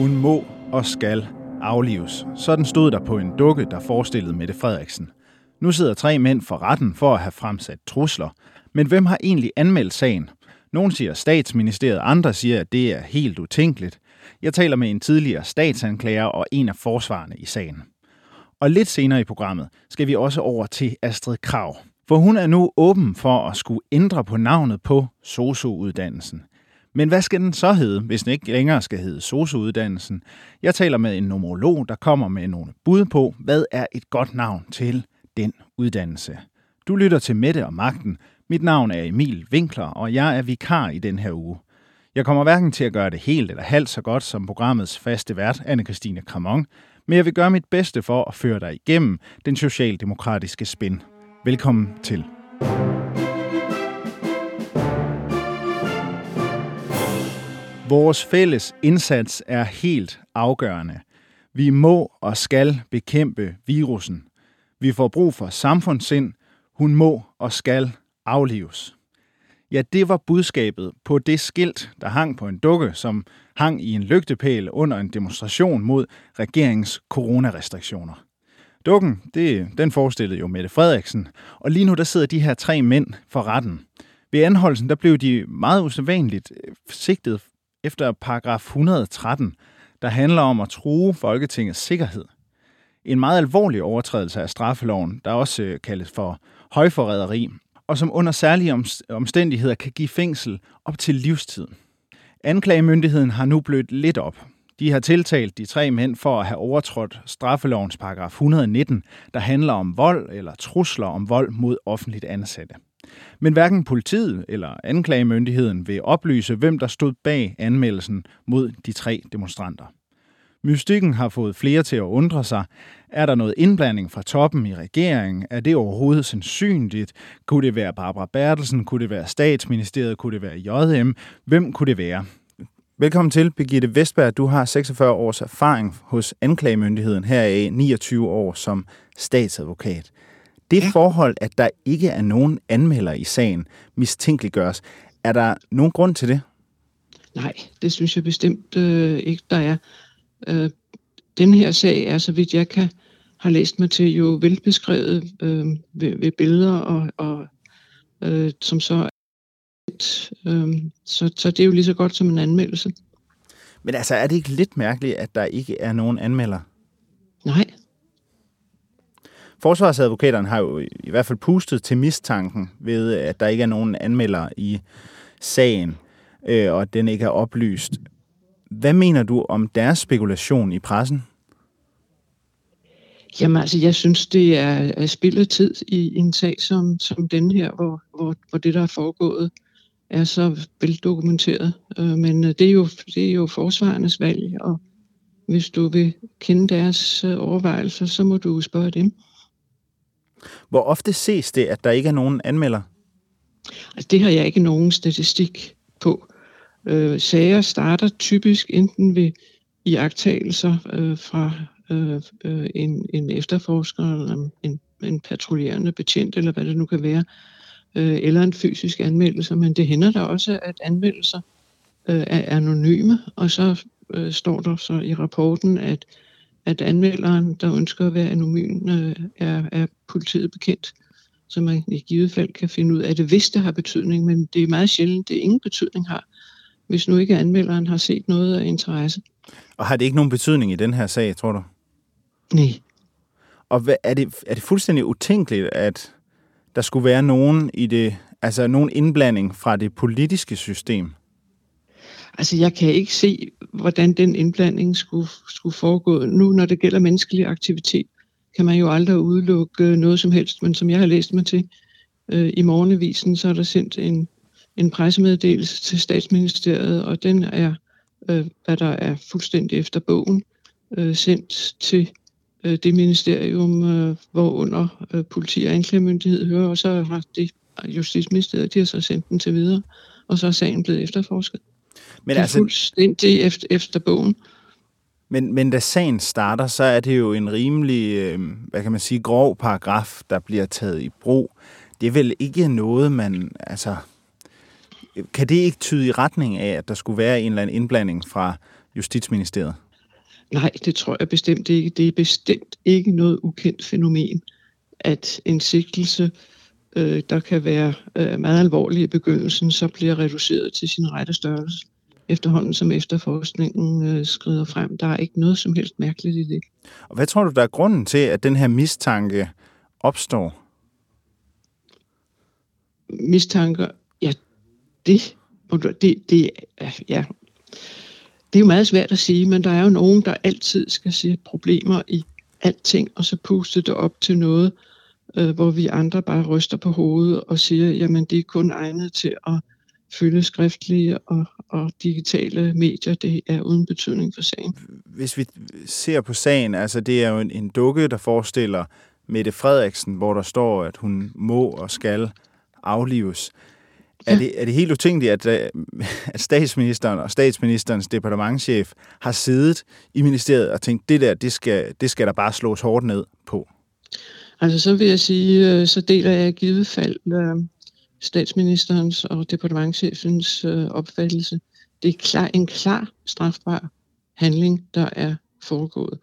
Hun må og skal aflives. Sådan stod der på en dukke, der forestillede Mette Frederiksen. Nu sidder 3 mænd for retten for at have fremsat trusler. Men hvem har egentlig anmeldt sagen? Nogle siger Statsministeriet, andre siger, at det er helt utænkeligt. Jeg taler med en tidligere statsanklager og en af forsvarerne i sagen. Og lidt senere i programmet skal vi også over til Astrid Krag. For hun er nu åben for at skulle ændre på navnet på sosu-uddannelsen. Men hvad skal den så hedde, hvis den ikke længere skal hedde sosu-uddannelsen? Jeg taler med en numerolog, der kommer med nogle bud på, hvad er et godt navn til den uddannelse. Du lytter til Mette og Magten. Mit navn er Emil Winkler, og jeg er vikar i den her uge. Jeg kommer hverken til at gøre det helt eller halvt så godt som programmets faste vært, Anne-Christine Kramon, men jeg vil gøre mit bedste for at føre dig igennem den socialdemokratiske spin. Velkommen til. Vores fælles indsats er helt afgørende. Vi må og skal bekæmpe virussen. Vi får brug for samfundssind. Hun må og skal aflives. Ja, det var budskabet på det skilt, der hang på en dukke, som hang i en lygtepæl under en demonstration mod regeringens coronarestriktioner. Dukken, den forestillede jo Mette Frederiksen, og lige nu der sidder de her 3 mænd for retten. Ved anholdelsen der blev de meget usædvanligt sigtet efter paragraf 113, der handler om at true Folketingets sikkerhed. En meget alvorlig overtrædelse af straffeloven, der også kaldes for højforræderi, og som under særlige omstændigheder kan give fængsel op til livstid. Anklagemyndigheden har nu blødt lidt op. De har tiltalt de 3 mænd for at have overtrådt straffelovens paragraf 119, der handler om vold eller trusler om vold mod offentligt ansatte. Men hverken politiet eller anklagemyndigheden vil oplyse, hvem der stod bag anmeldelsen mod de 3 demonstranter. Mystikken har fået flere til at undre sig. Er der noget indblanding fra toppen i regeringen? Er det overhovedet sandsynligt? Kunne det være Barbara Bertelsen? Kunne det være Statsministeriet? Kunne det være JM? Hvem kunne det være? Velkommen til, Birgitte Vestberg. Du har 46 års erfaring hos anklagemyndigheden, heraf 29 år som statsadvokat. Det forhold, at der ikke er nogen anmelder i sagen, mistænkeliggøres. Er der nogen grund til det? Nej, det synes jeg bestemt ikke, der er. Den her sag er, så vidt jeg har læst mig til, jo velbeskrevet ved billeder, og som så det er jo lige så godt som en anmeldelse. Men altså, er det ikke lidt mærkeligt, at der ikke er nogen anmelder? Nej. Forsvarsadvokaterne har jo i hvert fald pustet til mistanken ved, at der ikke er nogen anmelder i sagen, og at den ikke er oplyst. Hvad mener du om deres spekulation i pressen? Jamen altså, jeg synes, det er spild af tid i en sag som denne her, hvor det, der er foregået, er så veldokumenteret. Men det er jo forsvarernes valg, og hvis du vil kende deres overvejelser, så må du spørge dem. Hvor ofte ses det, at der ikke er nogen anmelder? Altså, det har jeg ikke nogen statistik på. Sager starter typisk enten ved iagttagelser fra en efterforsker, eller en patruljerende betjent, eller hvad det nu kan være, eller en fysisk anmeldelse. Men det hænder der også, at anmeldelser er anonyme, og så står der så i rapporten, at anmelderen, der ønsker at være anonym, er politiet bekendt, så man i givet fald kan finde ud af det, hvis det har betydning, men det er meget sjældent, det ingen betydning har, hvis nu ikke anmelderen har set noget af interesse. Og har det ikke nogen betydning i den her sag, tror du? Nej. Og er det fuldstændig utænkeligt, at der skulle være nogen nogen indblanding fra det politiske system? Altså, jeg kan ikke se, hvordan den indblanding skulle foregå. Nu, når det gælder menneskelig aktivitet, kan man jo aldrig udelukke noget som helst, men som jeg har læst mig til i Morgenavisen, så er der sendt en pressemeddelelse til Statsministeriet, og den er, hvad der er fuldstændig efter bogen, sendt til det ministerium, hvorunder politi og anklagemyndighed hører, og så har det Justitsministeriet, de har så sendt den til videre, og så er sagen blevet efterforsket. Men det er fuldstændig efter bogen. Men da sagen starter, så er det jo en rimelig, grov paragraf, der bliver taget i brug. Det er vel ikke noget, kan det ikke tyde i retning af, at der skulle være en eller anden indblanding fra Justitsministeriet? Nej, det tror jeg bestemt ikke. Det er bestemt ikke noget ukendt fænomen, at en sigtelse, der kan være meget alvorlig i begyndelsen, så bliver reduceret til sin rette størrelse efterhånden, som efterforskningen skrider frem. Der er ikke noget som helst mærkeligt i det. Og hvad tror du, der er grunden til, at den her mistanke opstår? Mistanker, ja, det er jo meget svært at sige, men der er jo nogen, der altid skal se problemer i alting, og så puste det op til noget, hvor vi andre bare ryster på hovedet og siger, jamen det er kun egnet til at fylde skriftlige og digitale medier. Det er uden betydning for sagen. Hvis vi ser på sagen, altså det er jo en dukke, der forestiller Mette Frederiksen, hvor der står, at hun må og skal aflives. Ja. Er det helt utænkeligt, at statsministeren og statsministerens departementschef har siddet i ministeriet og tænkt, det skal der bare slås hårdt ned på? Altså så vil jeg sige, så deler jeg i givet fald statsministerens og departementschefens opfattelse. Det er en klar strafbar handling, der er foregået.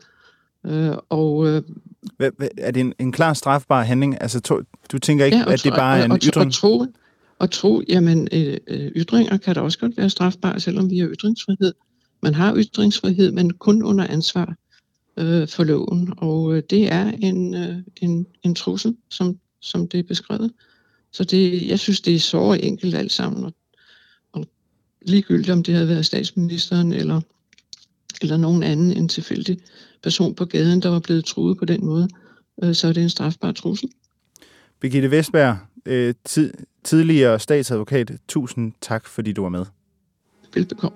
Er det en klar strafbar handling? Altså du tænker ikke, at det bare er en ytring? Jamen ytringer kan da også godt være strafbare, selvom vi har ytringsfrihed. Man har ytringsfrihed, men kun under ansvar for loven, og det er en trussel, som det er beskrevet. Så jeg synes, det er så enkelt alt sammen, og ligegyldigt om det havde været statsministeren eller nogen anden en tilfældig person på gaden, der var blevet truet på den måde, så er det en strafbar trussel. Birgitte Vestberg, tidligere statsadvokat, tusind tak, fordi du var med. Velbekomme.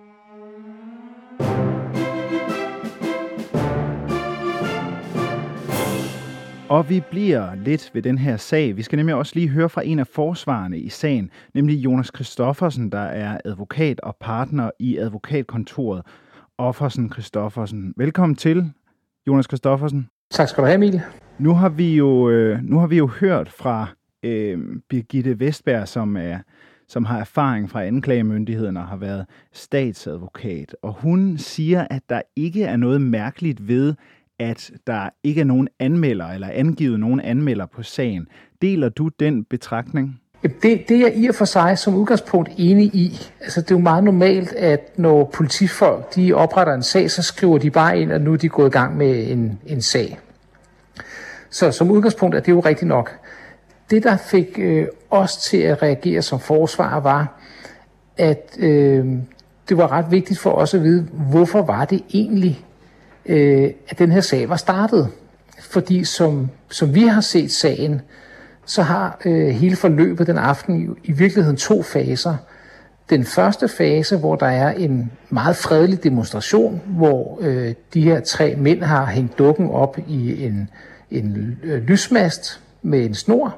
Og vi bliver lidt ved den her sag. Vi skal nemlig også lige høre fra en af forsvarerne i sagen, nemlig Jonas Christoffersen, der er advokat og partner i advokatkontoret Offersen Christoffersen. Velkommen til, Jonas Christoffersen. Tak skal du have, Emil. Nu har vi jo hørt fra Birgitte Vestberg, som har erfaring fra anklagemyndigheden og har været statsadvokat. Og hun siger, at der ikke er noget mærkeligt ved, at der ikke er nogen anmelder eller angivet nogen anmelder på sagen. Deler du den betragtning? Det er jeg i og for sig som udgangspunkt enig i. Altså, det er jo meget normalt, at når politifolk de opretter en sag, så skriver de bare ind, at nu er de gået i gang med en sag. Så som udgangspunkt er det jo rigtigt nok. Det, der fik os til at reagere som forsvarer, var, at det var ret vigtigt for os at vide, hvorfor var det egentlig, at den her sag var startet. Fordi som vi har set sagen, så har hele forløbet den aften i virkeligheden 2 faser. Den første fase, hvor der er en meget fredelig demonstration, hvor de her 3 mænd har hængt dukken op i en lysmast med en snor.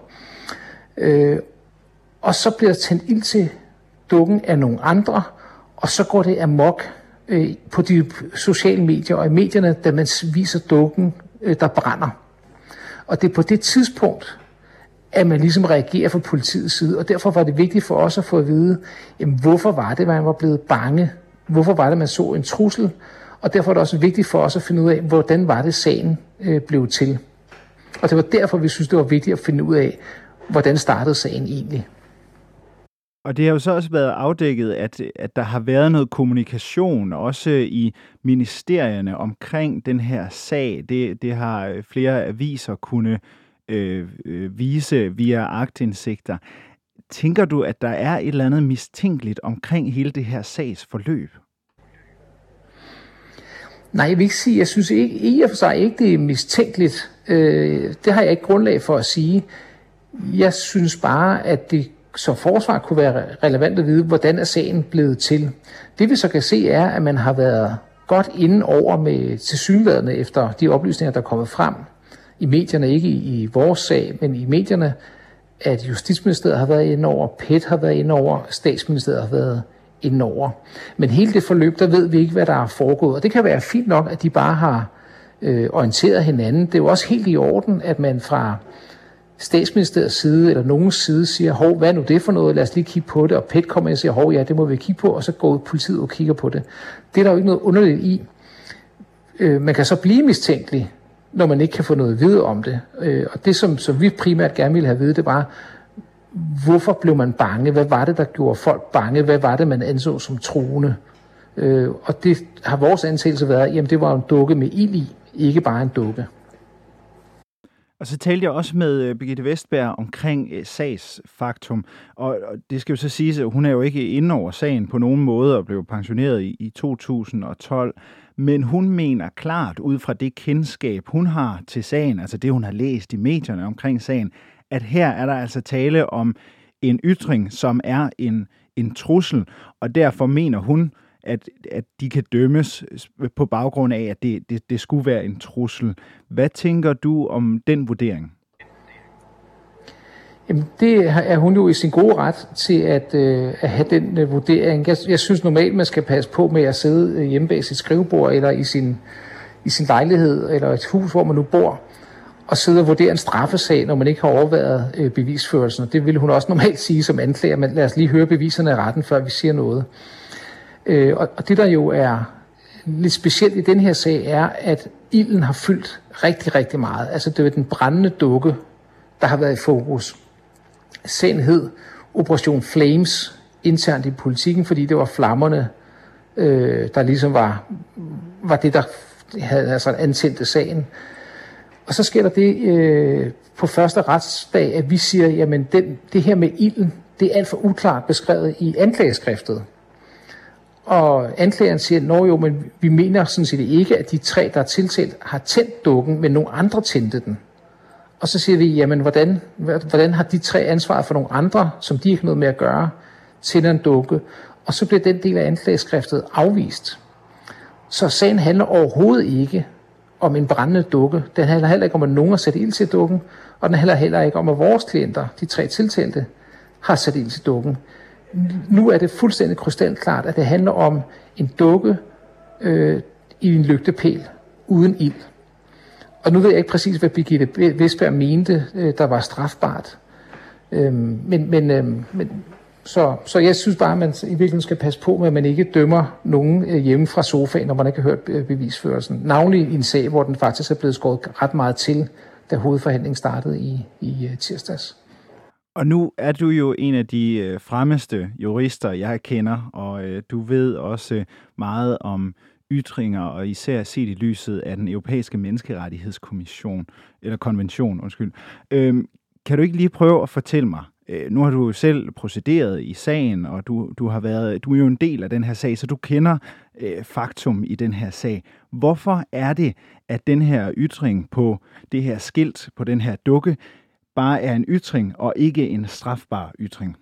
Og så bliver der tændt ild til dukken af nogle andre, og så går det amok på de sociale medier og i medierne, da man viser dukken, der brænder. Og det er på det tidspunkt, at man ligesom reagerer fra politiets side, og derfor var det vigtigt for os at få at vide, jamen, hvorfor var det, man var blevet bange? Hvorfor var det, man så en trussel? Og derfor er det også vigtigt for os at finde ud af, hvordan var det, sagen blev til. Og det var derfor, vi synes, det var vigtigt at finde ud af, hvordan startede sagen egentlig. Og det har jo så også været afdækket, at der har været noget kommunikation, også i ministerierne omkring den her sag. Det har flere aviser kunne vise via aktindsigter. Tænker du, at der er et eller andet mistænkeligt omkring hele det her sags forløb? Nej, jeg vil ikke sige. Jeg synes ikke, i og for sig ikke, det er mistænkeligt. Det har jeg ikke grundlag for at sige. Jeg synes bare, at det som forsvar kunne være relevant at vide, hvordan er sagen blevet til. Det vi så kan se er, at man har været godt inde over med tilsyneladende efter de oplysninger, der er kommet frem i medierne, ikke i vores sag, men i medierne, at Justitsministeriet har været inde over, PET har været inde over, Statsministeriet har været inde over. Men hele det forløb, der ved vi ikke, hvad der er foregået. Og det kan være fint nok, at de bare har orienteret hinanden. Det er jo også helt i orden, at man fra Statsministeriets side eller nogens side siger, hov, hvad er nu det for noget? Lad os lige kigge på det. Og PET kommer og siger, hov, ja, det må vi kigge på, og så går politiet og kigger på det. Det er der jo ikke noget underligt i. Man kan så blive mistænkelig, når man ikke kan få noget at vide om det. Og det, som vi primært gerne ville have at vide, det var, hvorfor blev man bange? Hvad var det, der gjorde folk bange? Hvad var det, man anså som truende? Og det har vores antagelse været, jamen det var en dukke med ild i, ikke bare en dukke. Og så talte jeg også med Birgitte Vestberg omkring sagsfaktum, og det skal jo så siges, at hun er jo ikke inde over sagen på nogen måde og blev pensioneret i 2012, men hun mener klart ud fra det kendskab, hun har til sagen, altså det, hun har læst i medierne omkring sagen, at her er der altså tale om en ytring, som er en trussel, og derfor mener hun, at de kan dømmes på baggrund af, at det skulle være en trussel. Hvad tænker du om den vurdering? Jamen, det er hun jo i sin gode ret til at have den vurdering. Jeg synes normalt, man skal passe på med at sidde hjemme bag sit skrivebord eller i sin lejlighed eller et hus, hvor man nu bor, og sidde og vurdere en straffesag, når man ikke har overvejet bevisførelsen. Det ville hun også normalt sige som anklager, men lad os lige høre beviserne i retten, før vi siger noget. Og det, der jo er lidt specielt i den her sag, er, at ilden har fyldt rigtig, rigtig meget. Altså, det er den brændende dukke, der har været i fokus. Sagen hed Operation Flames internt i politikken, fordi det var flammerne, der ligesom var det, der havde altså antændte sagen. Og så sker der det på første retsdag, at vi siger, jamen det her med ilden, det er alt for uklart beskrevet i anklageskriftet. Og anklageren siger, men vi mener sådan set ikke, at de 3, der er tiltalt, har tændt dukken, men nogle andre tændte den. Og så siger vi, jamen hvordan har de 3 ansvaret for nogle andre, som de ikke har noget med at gøre, tænder en dukke? Og så bliver den del af anklageskriftet afvist. Så sagen handler overhovedet ikke om en brændende dukke. Den handler heller ikke om, at nogen har sat ild til dukken, og den handler heller ikke om, at vores klienter, de 3 tiltalte, har sat ild til dukken. Nu er det fuldstændig krystalklart, at det handler om en dukke i en lygtepæl uden ild. Og nu ved jeg ikke præcis, hvad Birgitte Vestberg mente, der var strafbart. Så jeg synes bare, at man i virkeligheden skal passe på med, at man ikke dømmer nogen hjemme fra sofaen, når man ikke har hørt bevisførelsen. Navnlig i en sag, hvor den faktisk er blevet skåret ret meget til, da hovedforhandlingen startede i tirsdags. Og nu er du jo en af de fremmeste jurister, jeg kender, og du ved også meget om ytringer, og især set i lyset af den europæiske menneskerettighedskommission, eller konvention, undskyld. Kan du ikke lige prøve at fortælle mig, nu har du selv procederet i sagen, og du er jo en del af den her sag, så du kender faktum i den her sag. Hvorfor er det, at den her ytring på det her skilt, på den her dukke, bare er en ytring og ikke en strafbar ytring?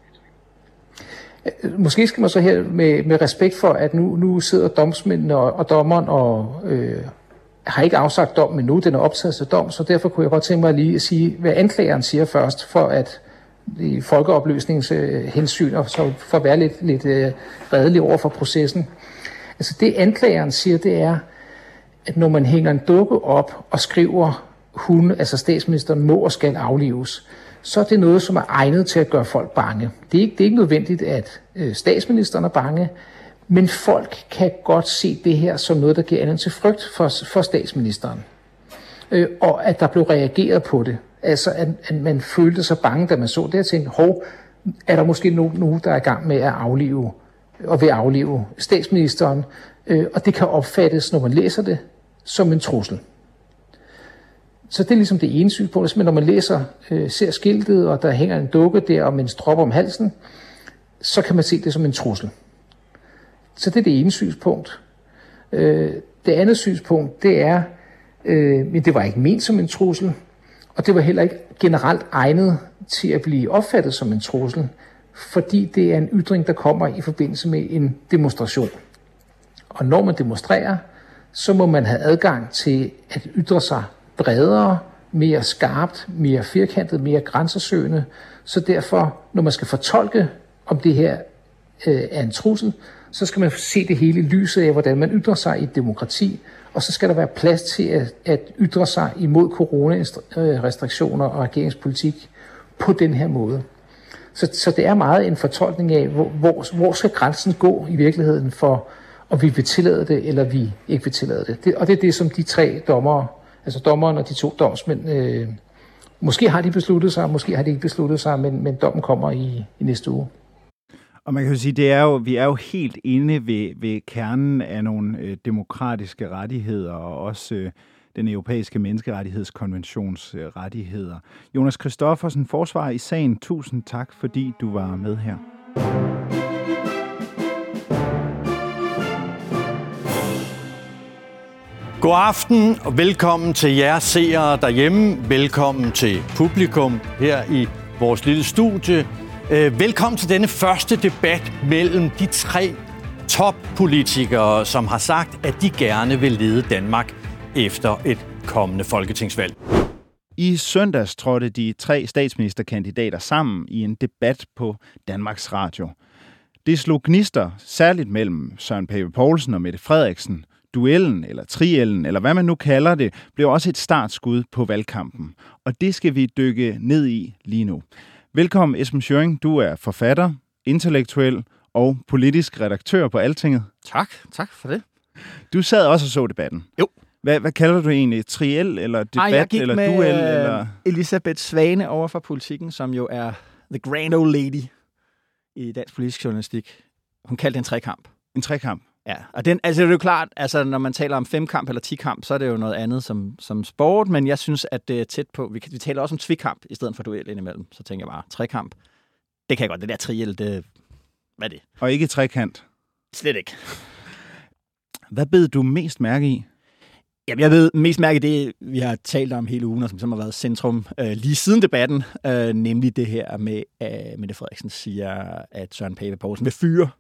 Måske skal man så her med respekt for, at nu sidder domsmændene og dommeren og har ikke afsagt dom endnu, den er optaget til dom, så derfor kunne jeg godt tænke mig lige at sige, hvad anklageren siger først, for at i folkeopløsningens hensyn, og så for at være lidt redelig over for processen. Altså det anklageren siger, det er, at når man hænger en dukke op og skriver, altså statsministeren må og skal aflives, så er det noget, som er egnet til at gøre folk bange. Det er ikke nødvendigt, at statsministeren er bange, men folk kan godt se det her som noget, der giver anledning til frygt for statsministeren. Og at der blev reageret på det. Altså, at man følte sig bange, da man så det, og tænkte, er der måske nogen, der er i gang med at aflive, og vil aflive statsministeren. Og det kan opfattes, når man læser det, som en trussel. Så det er ligesom det ene synspunkt. Men når man ser skiltet, og der hænger en dukke der og en strop om halsen, så kan man se det som en trussel. Så det er det ene synspunkt. Det andet synspunkt, det er, men det var ikke ment som en trussel, og det var heller ikke generelt egnet til at blive opfattet som en trussel, fordi det er en ytring, der kommer i forbindelse med en demonstration. Og når man demonstrerer, så må man have adgang til at ytre sig bredere, mere skarpt, mere firkantet, mere grænsesøgende. Så derfor, når man skal fortolke, om det her er en trussel, så skal man se det hele i lyset af, hvordan man ytrer sig i et demokrati, og så skal der være plads til at ytre sig imod coronarestriktioner og regeringspolitik på den her måde. Så det er meget en fortolkning af, hvor skal grænsen gå i virkeligheden for om vi vil tillade det, eller vi ikke vil tillade det. Og det er det, som de 3 dommere, altså dommeren og de 2 domsmænd, måske har de besluttet sig, måske har de ikke besluttet sig, men dommen kommer i næste uge. Og man kan jo sige, vi er jo helt inde ved kernen af nogle demokratiske rettigheder, og også den europæiske menneskerettighedskonventions rettigheder. Jonas Christoffersen, forsvarer i sagen, tusind tak, fordi du var med her. God aften og velkommen til jer seere derhjemme. Velkommen til publikum her i vores lille studie. Velkommen til denne første debat mellem de 3 toppolitikere, som har sagt, at de gerne vil lede Danmark efter et kommende folketingsvalg. I søndags trådte de 3 statsministerkandidater sammen i en debat på Danmarks Radio. Det slog gnister særligt mellem Søren Pape Poulsen og Mette Frederiksen. Duellen eller triellen, eller hvad man nu kalder det, blev også et startskud på valgkampen. Og det skal vi dykke ned i lige nu. Velkommen, Esben Schøring. Du er forfatter, intellektuel og politisk redaktør på Altinget. Tak for det. Du sad også og så debatten. Jo. Hvad kalder du egentlig? Triel eller debat eller med duel? Eller? Elisabeth Svane over for Politikken, som jo er the grand old lady i dansk politisk journalistik. Hun kaldte det en trekamp. En trekamp? Ja, og det er jo klart, altså når man taler om 5-kamp eller 10-kamp, så er det jo noget andet som sport, men jeg synes, at det er tæt på. Vi taler også om tvikamp i stedet for duel indimellem, så tænker jeg bare, trekamp. Det kan jeg godt, det der triel, hvad er det? Og ikke trekant? Slet ikke. Hvad bed du mest mærke i? Jamen, jeg ved mest mærke det, vi har talt om hele ugen, og som har været centrum lige siden debatten, nemlig det her med, at Mette Frederiksen siger, at Søren Pape Poulsen vil fyre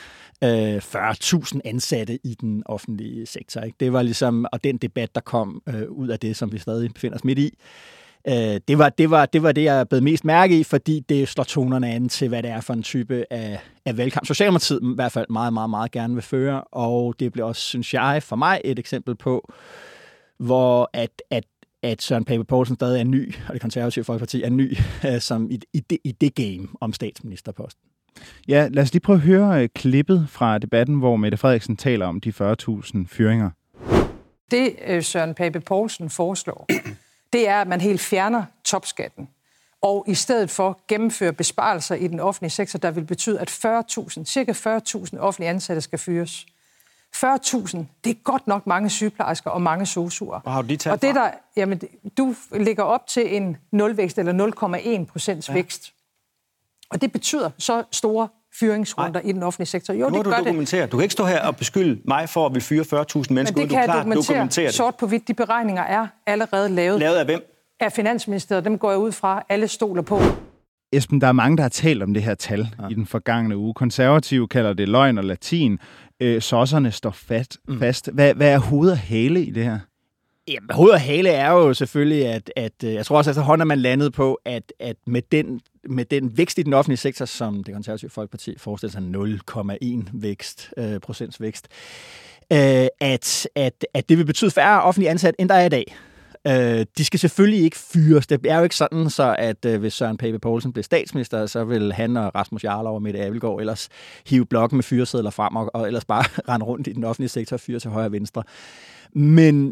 40.000 ansatte i den offentlige sektor. Ikke? Det var ligesom, og den debat, der kom ud af det, som vi stadig befinder os midt i, det var det, jeg blev mest mærke i, fordi det slår tonerne an til, hvad det er for en type af valgkamp. Socialdemokratiet i hvert fald meget, meget, meget gerne vil føre, og det blev også, synes jeg, for mig et eksempel på, hvor at Søren Pape Poulsen stadig er ny, og det konservative Folkeparti er ny, som i det game om statsministerposten. Ja, lad os lige prøve at høre klippet fra debatten, hvor Mette Frederiksen taler om de 40.000 fyringer. Det Søren Pape Poulsen foreslår, det er, at man helt fjerner topskatten, og i stedet for gennemføre besparelser i den offentlige sektor, der vil betyde, at cirka 40.000 offentlige ansatte skal fyres. 40.000, det er godt nok mange sygeplejersker og mange sosu'er. Hvor har du de tal og det der, jamen, du lægger op til en nulvækst eller 0,1% vækst. Og det betyder så store fyringsrunder i den offentlige sektor. Jo, det gør dokumentere. Du kan ikke stå her og beskylde mig for at vi fyre 40.000 mennesker. Men det kan jeg dokumentere sort på hvidt. De beregninger er allerede lavet. Lavet af hvem? Af Finansministeriet. Dem går jeg ud fra. Alle stoler på. Esben, der er mange, der har talt om det her tal i den forgangne uge. Konservative kalder det løgn og latin. Sosserne står fast. Hvad er hoved og hale i det her? Jamen, hoved og hale er jo selvfølgelig, at jeg tror også, at efterhånden er man landet på, at med den vækst i den offentlige sektor, som det konservative Folkeparti forestiller sig 0,1 vækst, procents vækst, at det vil betyde færre offentlige ansatte, end der er i dag. De skal selvfølgelig ikke fyres. Det er jo ikke sådan, så at hvis Søren Pape Poulsen bliver statsminister, så vil han og Rasmus Jarlov og Mette Abildgaard ellers hive blokken med fyresedler frem og ellers bare rende rundt i den offentlige sektor og fyre til højre og venstre. Men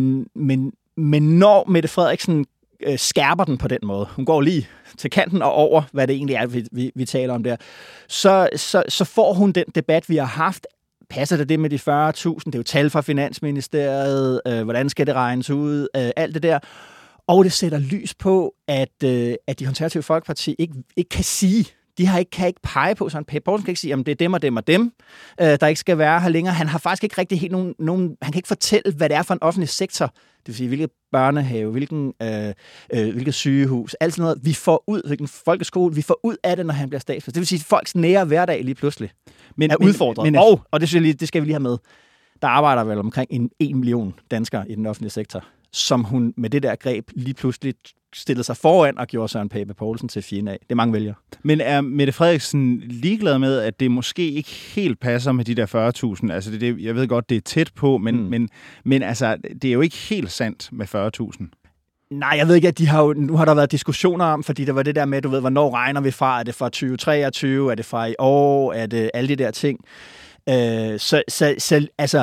når Mette Frederiksen skærper den på den måde, hun går lige til kanten og over, hvad det egentlig er, vi taler om der, så får hun den debat, vi har haft. Passer det med de 40.000? Det er jo tal fra Finansministeriet. Hvordan skal det regnes ud? Alt det der. Og det sætter lys på, at de konservative Folkeparti ikke kan sige, kan ikke pege på, så Pape Poulsen kan ikke sige, at det er dem og dem og dem, der ikke skal være her længere. Han har faktisk ikke rigtig helt nogen han kan ikke fortælle, hvad det er for en offentlig sektor. Det vil sige, hvilket børnehave, hvilket sygehus, alt sådan noget, vi får ud, hvilken folkeskole, vi får ud af det, når han bliver statsminister. Det vil sige, at folks nære hverdag lige pludselig er udfordret. Og det skal vi lige have med. Der arbejder vel omkring 1 million danskere i den offentlige sektor, som hun med det der greb lige pludselig stillede sig foran og gjorde Søren Pape Poulsen til fjende af. Det er mange vælgere. Men er Mette Frederiksen ligeglad med, at det måske ikke helt passer med de der 40.000? Altså, jeg ved godt, det er tæt på, men altså, det er jo ikke helt sandt med 40.000. Nej, jeg ved ikke, at nu har der været diskussioner om, fordi der var det der med, du ved, hvornår regner vi fra? Er det fra 2023? Er det fra i år? Er det alle de der ting? Så altså,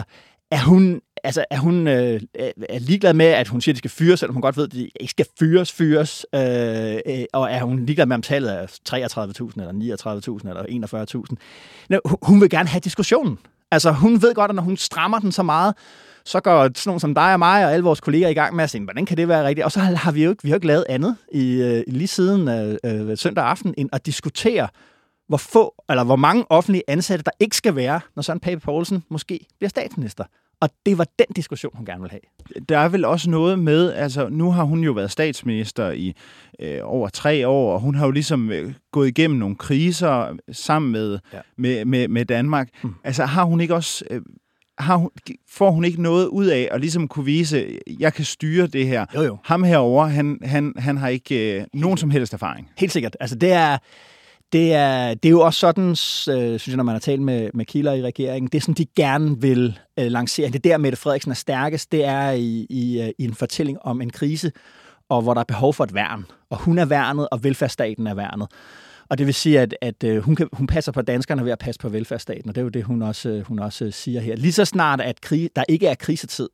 er hun ligeglad med, at hun siger, at de skal fyres, selvom hun godt ved, at de ikke skal fyres, og er hun ligeglad med, om tallet er 33.000, eller 39.000, eller 41.000? Hun vil gerne have diskussionen. Altså, hun ved godt, at når hun strammer den så meget, så går sådan nogen som dig og mig og alle vores kolleger i gang med at sige, hvordan kan det være rigtigt? Og så har vi jo ikke lavet andet lige siden søndag aften, end at diskutere, hvor mange offentlige ansatte, der ikke skal være, når Søren Pape Poulsen måske bliver statsminister. Og det var den diskussion, hun gerne vil have. Der er vel også noget med, altså nu har hun jo været statsminister i over 3 år, og hun har jo ligesom gået igennem nogle kriser sammen med Danmark. Altså har hun ikke også... får hun ikke noget ud af at ligesom kunne vise, jeg kan styre det her? Jo. Ham herovre, han har ikke nogen som helst erfaring. Helt sikkert. Altså det er jo også sådan, synes jeg, når man har talt med kilder i regeringen, det er sådan, de gerne vil lancere. Det der, Mette Frederiksen er stærkest, det er i en fortælling om en krise, og hvor der er behov for et værn. Og hun er værnet, og velfærdsstaten er værnet. Og det vil sige, at hun passer på danskerne ved at passe på velfærdsstaten, og det er jo det, hun også siger her. Lige så snart, at der ikke er krisetid,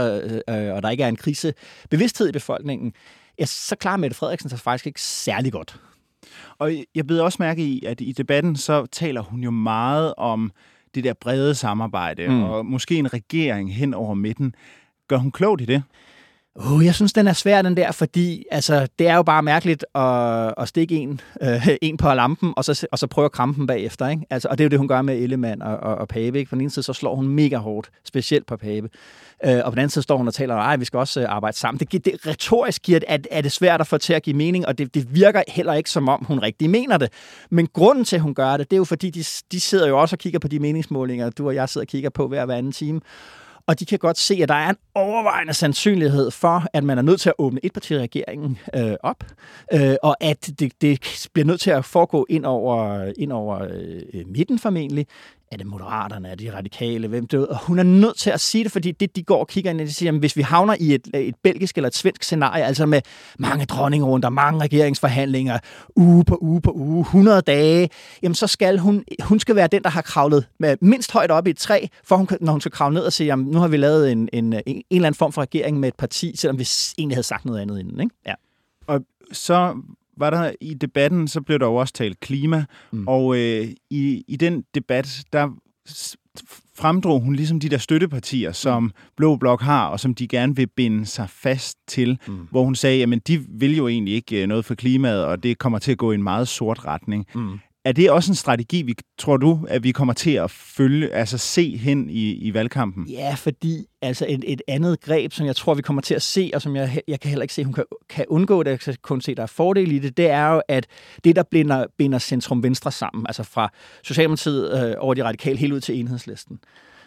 og der ikke er en krisebevidsthed i befolkningen, så klarer Mette Frederiksen sig faktisk ikke særlig godt. Og jeg beder også mærke i, at i debatten, så taler hun jo meget om det der brede samarbejde, og måske en regering hen over midten. Gør hun klogt i det? Jeg synes, den er svær, den der, fordi altså, det er jo bare mærkeligt at stikke en på lampen, og så prøve at kramme den bagefter. Ikke? Altså, og det er jo det, hun gør med Ellemann og Pape. Ikke? På den ene side, så slår hun mega hårdt, specielt på Pape. Og på den anden side står hun og taler om, vi skal også arbejde sammen. Det retorisk giver, er det svært at få til at give mening, og det virker heller ikke, som om hun rigtig mener det. Men grunden til, at hun gør det, det er jo fordi, de sidder jo også og kigger på de meningsmålinger, du og jeg sidder og kigger på hver anden time. Og de kan godt se, at der er en overvejende sandsynlighed for, at man er nødt til at åbne etpartiregeringen op, og at det bliver nødt til at foregå ind over midten formentlig. Er det Moderaterne, er det Radikale, hvem det er? Og hun er nødt til at sige det, fordi det, de går og kigger ind, og de siger, at hvis vi havner i et belgisk eller et svensk scenarie, altså med mange dronningerunder, mange regeringsforhandlinger, uge på uge, 100 dage, jamen så skal hun skal være den, der har kravlet med mindst højt op i et træ, når hun skal kravle ned og sige, jamen nu har vi lavet en eller anden form for regering med et parti, selvom vi egentlig havde sagt noget andet inden. Ikke? Ja. Og så var der i debatten, så blev der jo også talt klima, og i den debat, der fremdrog hun ligesom de der støttepartier, som Blå Blok har, og som de gerne vil binde sig fast til, hvor hun sagde, jamen de vil jo egentlig ikke noget for klimaet, og det kommer til at gå i en meget sort retning. Er det også en strategi, tror du, at vi kommer til at følge, altså se hen i valgkampen? Ja, fordi altså et andet greb, som jeg tror, vi kommer til at se, og som jeg kan heller ikke se, hun kan undgå det, jeg kan kun se, der er fordel i det, det er jo, at det, der binder centrum-venstre sammen, altså fra Socialdemokratiet over de radikale helt ud til Enhedslisten,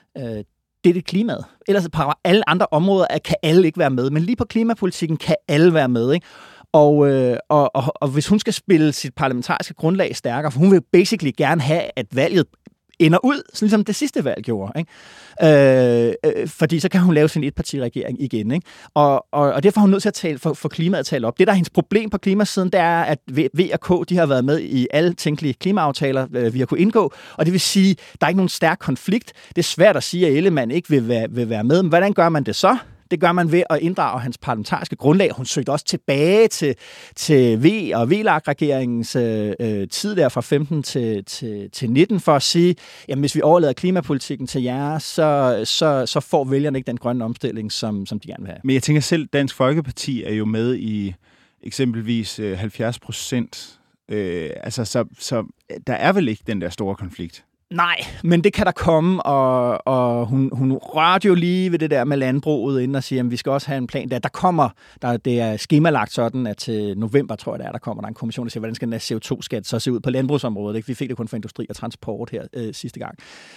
det er det klimaet. Ellers på alle andre områder kan alle ikke være med, men lige på klimapolitikken kan alle være med, ikke? Og hvis hun skal spille sit parlamentariske grundlag stærkere, for hun vil basically gerne have, at valget ender ud, sådan ligesom det sidste valg gjorde. Ikke? Fordi så kan hun lave sin etpartiregering igen. Ikke? Og derfor er hun nødt til at få klimaet at tale op. Det, der er hendes problem på klimasiden, det er, at V og K, de har været med i alle tænkelige klimaaftaler, vi har kunnet indgå, og det vil sige, der er ikke nogen stærk konflikt. Det er svært at sige, at Ellemann ikke vil være med, men hvordan gør man det så? Det gør man ved at inddrage hans parlamentariske grundlag. Hun søgte også tilbage til V- og VLAG-regeringens tid der fra 15 til 19 for at sige, jamen hvis vi overlader klimapolitikken til jer, så får vælgerne ikke den grønne omstilling, som de gerne vil have. Men jeg tænker selv, Dansk Folkeparti er jo med i eksempelvis 70%. Så der er vel ikke den der store konflikt? Nej, men det kan der komme, og hun rørte jo lige ved det der med landbruget inden og siger, at vi skal også have en plan. Det er skemalagt sådan, at til november, tror jeg, der kommer der en kommission, der siger, hvordan skal den her CO2-skat så se ud på landbrugsområdet. Ikke? Vi fik det kun for industri og transport her sidste gang.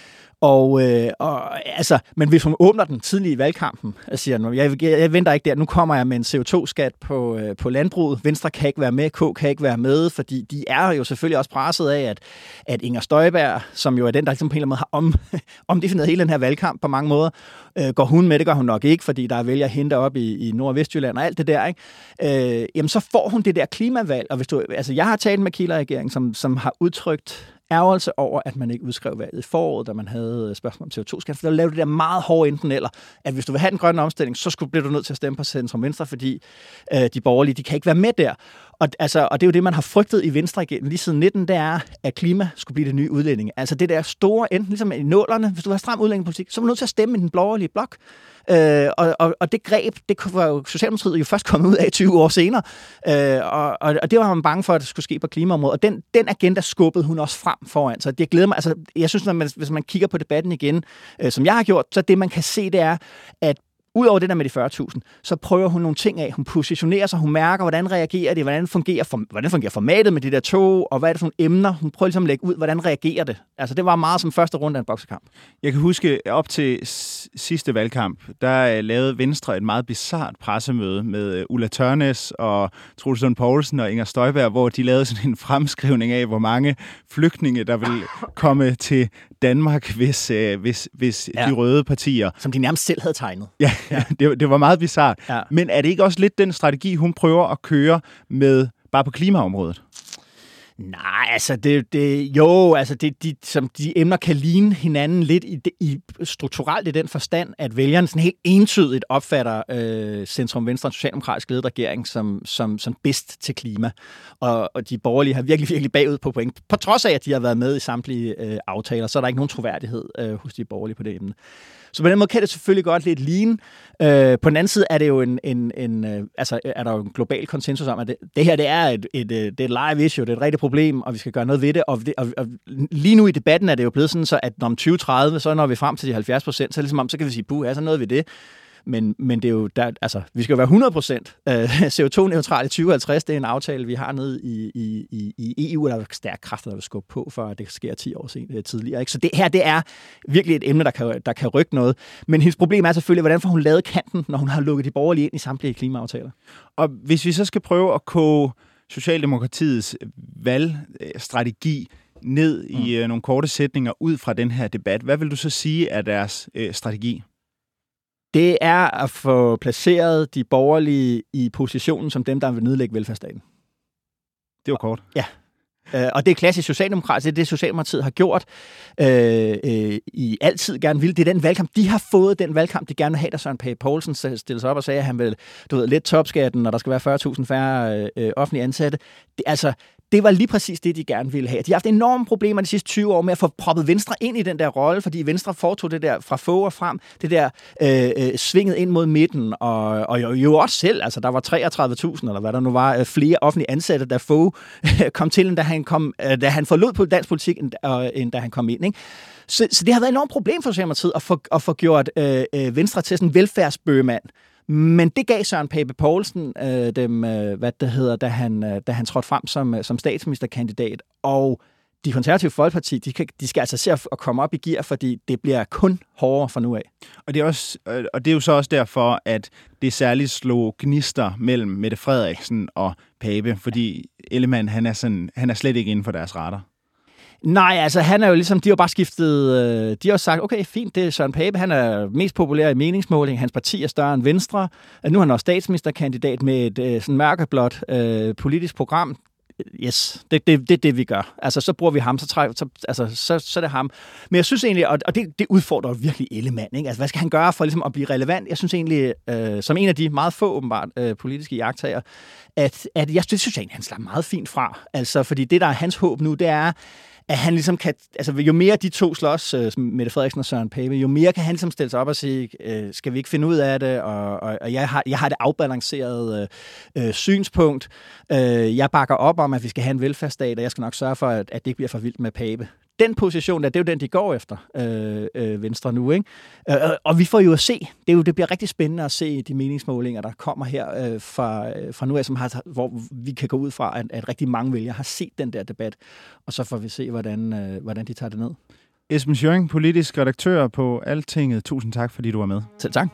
Men hvis hun åbner den tidlige i valgkampen og siger, jeg venter ikke der, nu kommer jeg med en CO2-skat på landbruget, Venstre kan ikke være med, K kan ikke være med, fordi de er jo selvfølgelig også presset af, at Inger Støjberg, som jo er den, der ligesom på en eller anden måde har omdefineret hele den her valgkamp på mange måder, går hun med, det gør hun nok ikke, fordi der er vælger hende op i Nord- og Vestjylland og alt det der, ikke? Jamen så får hun det der klimavalg, og jeg har talt med Kieler-regeringen, som har udtrykt, ærgelse over, at man ikke udskrev valget i foråret, da man havde spørgsmål om CO2-skat. For der lavede det der meget hårde enten eller, at hvis du vil have den grønne omstilling, så bliver du nødt til at stemme på centrum venstre, fordi de borgerlige, de kan ikke være med der. Og det er jo det, man har frygtet i Venstre igen lige siden 19, det er, at klima skulle blive det nye udlændinge. Altså det der store, enten ligesom i nålerne, hvis du har stram udlændingepolitik, så er man nødt til at stemme i den borgerlige blok. Og det greb, det var jo Socialdemokratiet jo først kommet ud af 20 år senere. Og det var man bange for, at det skulle ske på klimaområdet. Og den agenda skubbede hun også frem foran. Så det glæder mig. Altså, jeg synes, hvis man kigger på debatten igen, som jeg har gjort, så det man kan se, det er, at udover det der med de 40.000, så prøver hun nogle ting af. Hun positionerer sig, hun mærker, hvordan reagerer det, hvordan fungerer formatet med de der tog, og hvad er det for nogle emner. Hun prøver ligesom at lægge ud, hvordan reagerer det. Altså det var meget som første runde af en boksekamp. Jeg kan huske, op til sidste valgkamp, der lavede Venstre et meget bizart pressemøde med Ulla Tørnæs og Troels Lund Poulsen og Inger Støjberg, hvor de lavede sådan en fremskrivning af, hvor mange flygtninge, der vil komme til Danmark, hvis de røde partier... Som de nærmest selv havde tegnet. Ja. Det var meget bizart. Ja. Men er det ikke også lidt den strategi, hun prøver at køre med bare på klimaområdet? Nej, altså de emner kan ligne hinanden lidt strukturelt i den forstand, at vælgerne sådan helt entydigt opfatter centrum venstre og socialdemokratisk ledet regering som bedst til klima. Og de borgerlige har virkelig, virkelig bagud på point. På trods af, at de har været med i samtlige aftaler, så er der ikke nogen troværdighed hos de borgerlige på det emne. Så på den måde kan det selvfølgelig godt lidt ligne. På den anden side er det jo er der jo en global konsensus om, at det her det er et live issue, det er et rigtigt problem, og vi skal gøre noget ved det. Og lige nu i debatten er det jo blevet sådan, så at om 2030, så når vi frem til de 70%, så ligesom om, så kan vi sige, så noget ved det. Men det er jo vi skal jo være 100% CO2-neutral i 2050. Det er en aftale, vi har nede i EU, der er stærk kræfter, der vil skubbe på, for at det sker 10 år tidligere. Ikke? Så det her, det er virkelig et emne, der kan rykke noget. Men hendes problem er selvfølgelig, hvordan får hun lavet kanten, når hun har lukket de borgerlige ind i samtlige klimaaftaler. Og hvis vi så skal prøve at koge Socialdemokratiets valgstrategi ned i nogle korte sætninger ud fra den her debat, hvad vil du så sige er deres strategi? Det er at få placeret de borgerlige i positionen som dem, der vil nedlægge velfærdsstaten. Det var kort. Ja. Og det er klassisk socialdemokratisk. Det er det, Socialdemokratiet har gjort. I altid gerne vil. Det er den valgkamp. De har fået den valgkamp, de gerne vil have, da Søren Pape Poulsen stillede sig op og sagde, at han vil lidt topskatten, og der skal være 40.000 færre offentlige ansatte. Det var lige præcis det, de gerne ville have. De har haft enorme problemer de sidste 20 år med at få proppet Venstre ind i den der rolle, fordi Venstre foretog det der fra få og frem, det der svinget ind mod midten, og jo også selv, altså der var 33.000, eller hvad der nu var, flere offentlige ansatte, der få kom til, da han forlod på dansk politik, end da han kom ind, ikke? Så det har været et enormt problem for Socialdemokratiet at få gjort Venstre til sådan en velfærdsbøgemand. Men det gav Søren Pape Poulsen dem, da han trådte frem som statsministerkandidat. Og de konservative Folkeparti, de skal altså se at komme op i gear, fordi det bliver kun hårdere fra nu af. Og det er jo så også derfor, at det særligt slog gnister mellem Mette Frederiksen og Pape, fordi Ellemann, han er slet ikke inden for deres radar. Nej, altså han er jo ligesom, de har bare skiftet, de har sagt, okay, fint, det er Søren Pape, han er mest populær i meningsmåling, hans parti er større end Venstre, nu er han også statsministerkandidat med et sådan mørkeblåt politisk program. Yes, det er det, vi gør. Altså, så bruger vi ham, så er det ham. Men jeg synes egentlig, og det udfordrer virkelig Ellemann, ikke? Altså, hvad skal han gøre for ligesom at blive relevant? Jeg synes egentlig, som en af de meget få, åbenbart, politiske iagttagere, at det synes jeg egentlig, han slår meget fint fra. Altså, fordi det, der er hans håb nu, det er, at han ligesom kan, altså jo mere de to slås, Mette Frederiksen og Søren Pape, jo mere kan han ligesom stille sig op og sige, skal vi ikke finde ud af det, og jeg har det afbalancerede synspunkt. Jeg bakker op om, at vi skal have en velfærdsstat, og jeg skal nok sørge for, at det ikke bliver for vildt med Pape. Den position der, det er jo den, de går efter, Venstre nu, ikke? Og vi får jo at se, det bliver rigtig spændende at se de meningsmålinger, der kommer her fra nu af, hvor vi kan gå ud fra, at rigtig mange vælgere har set den der debat, og så får vi se, hvordan de tager det ned. Esben Schøring, politisk redaktør på Altinget. Tusind tak, fordi du var med. Selv tak.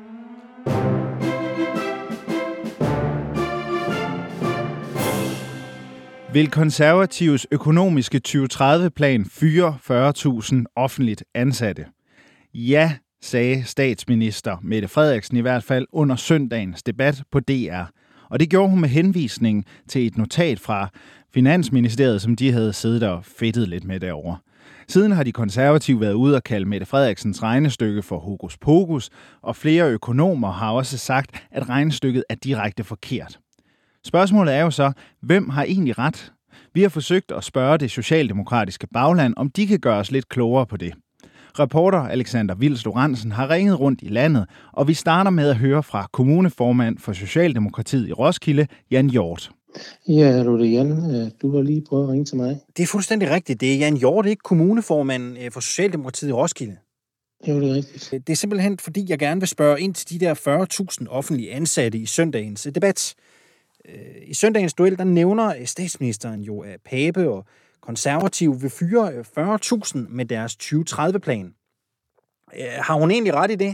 Vil Konservatives økonomiske 2030-plan fyre 40.000 offentligt ansatte? Ja, sagde statsminister Mette Frederiksen i hvert fald under søndagens debat på DR. Og det gjorde hun med henvisning til et notat fra Finansministeriet, som de havde siddet og fedtet lidt med derovre. Siden har de konservative været ude og kalde Mette Frederiksens regnestykke for hokus pokus, og flere økonomer har også sagt, at regnestykket er direkte forkert. Spørgsmålet er jo så, hvem har egentlig ret? Vi har forsøgt at spørge det socialdemokratiske bagland, om de kan gøre os lidt klogere på det. Reporter Alexander Vils Lorentzen har ringet rundt i landet, og vi starter med at høre fra kommuneformand for Socialdemokratiet i Roskilde, Jan Hjort. Ja, hallo, det er Jan. Du har lige prøvet at ringe til mig. Det er fuldstændig rigtigt. Det er Jan Hjort, ikke kommuneformanden for Socialdemokratiet i Roskilde. Jo, det er rigtigt. Det er simpelthen, fordi jeg gerne vil spørge ind til de der 40.000 offentlige ansatte i søndagens debat. I søndagens duel, der nævner statsministeren jo, at Pape og konservative vil fyre 40.000 med deres 2030-plan. Har hun egentlig ret i det?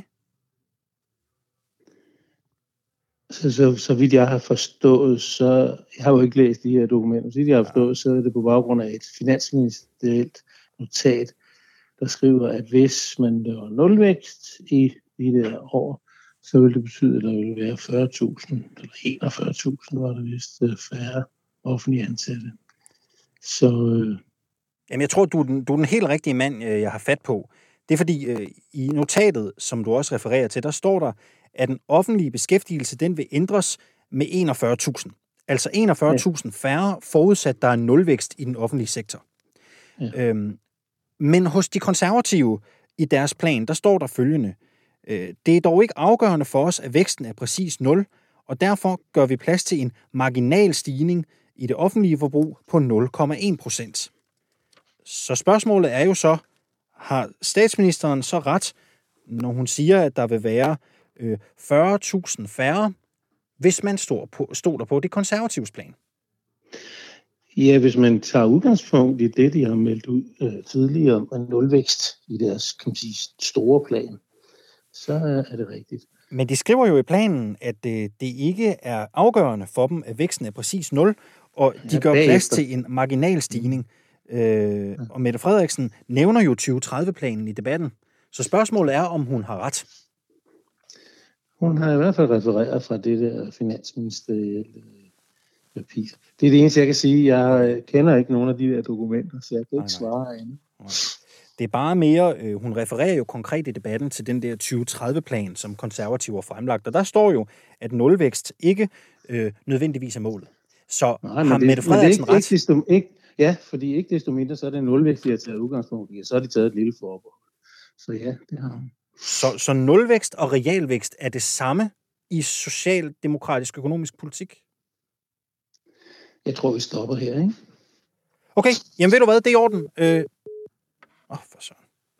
Så vidt jeg har forstået, så jeg har jo ikke læst de her dokumenter. Så vidt jeg har forstået, så er det på baggrund af et finansministerielt notat, der skriver, at hvis man laver nulvækst i de der år, så vil det betyde, at der vil være 40.000, eller 41.000 var det vist, færre offentlige ansatte. Så... Jamen, jeg tror, du er den helt rigtige mand, jeg har fat på. Det er fordi, i notatet, som du også refererer til, der står der, at den offentlige beskæftigelse, den vil ændres med 41.000. Altså 41.000 færre, forudsat der er nulvækst i den offentlige sektor. Ja. Men hos de konservative i deres plan, der står der følgende: det er dog ikke afgørende for os, at væksten er præcis 0, og derfor gør vi plads til en marginal stigning i det offentlige forbrug på 0,1%. Så spørgsmålet er jo så, har statsministeren så ret, når hun siger, at der vil være 40.000 færre, hvis man stoler på det konservatives plan? Ja, hvis man tager udgangspunkt i det, de har meldt ud tidligere om nulvækst i deres, kan man sige, store plan, så er det rigtigt. Men de skriver jo i planen, at det ikke er afgørende for dem, at væksten er præcis 0, og de gør plads til en marginal stigning. Og Mette Frederiksen nævner jo 2030-planen i debatten. Så spørgsmålet er, om hun har ret. Hun har i hvert fald refereret fra det der finansministerielle papir. Det er det eneste, jeg kan sige. Jeg kender ikke nogen af de der dokumenter, så jeg kan ikke svare andet. Det er bare mere, hun refererer jo konkret i debatten til den der 2030-plan, som konservative har fremlagt. Og der står jo, at nulvækst ikke nødvendigvis er målet. Så har Mette Frederiksen ret? Ja, fordi ikke desto mindre, så er det en nulvækst, de har taget udgangspunkt i, så har de taget et lille forbehold. Så ja, det har hun. Så nulvækst og realvækst er det samme i socialdemokratisk økonomisk politik? Jeg tror, vi stopper her, ikke? Okay, jamen ved du hvad, det er i orden. For søren.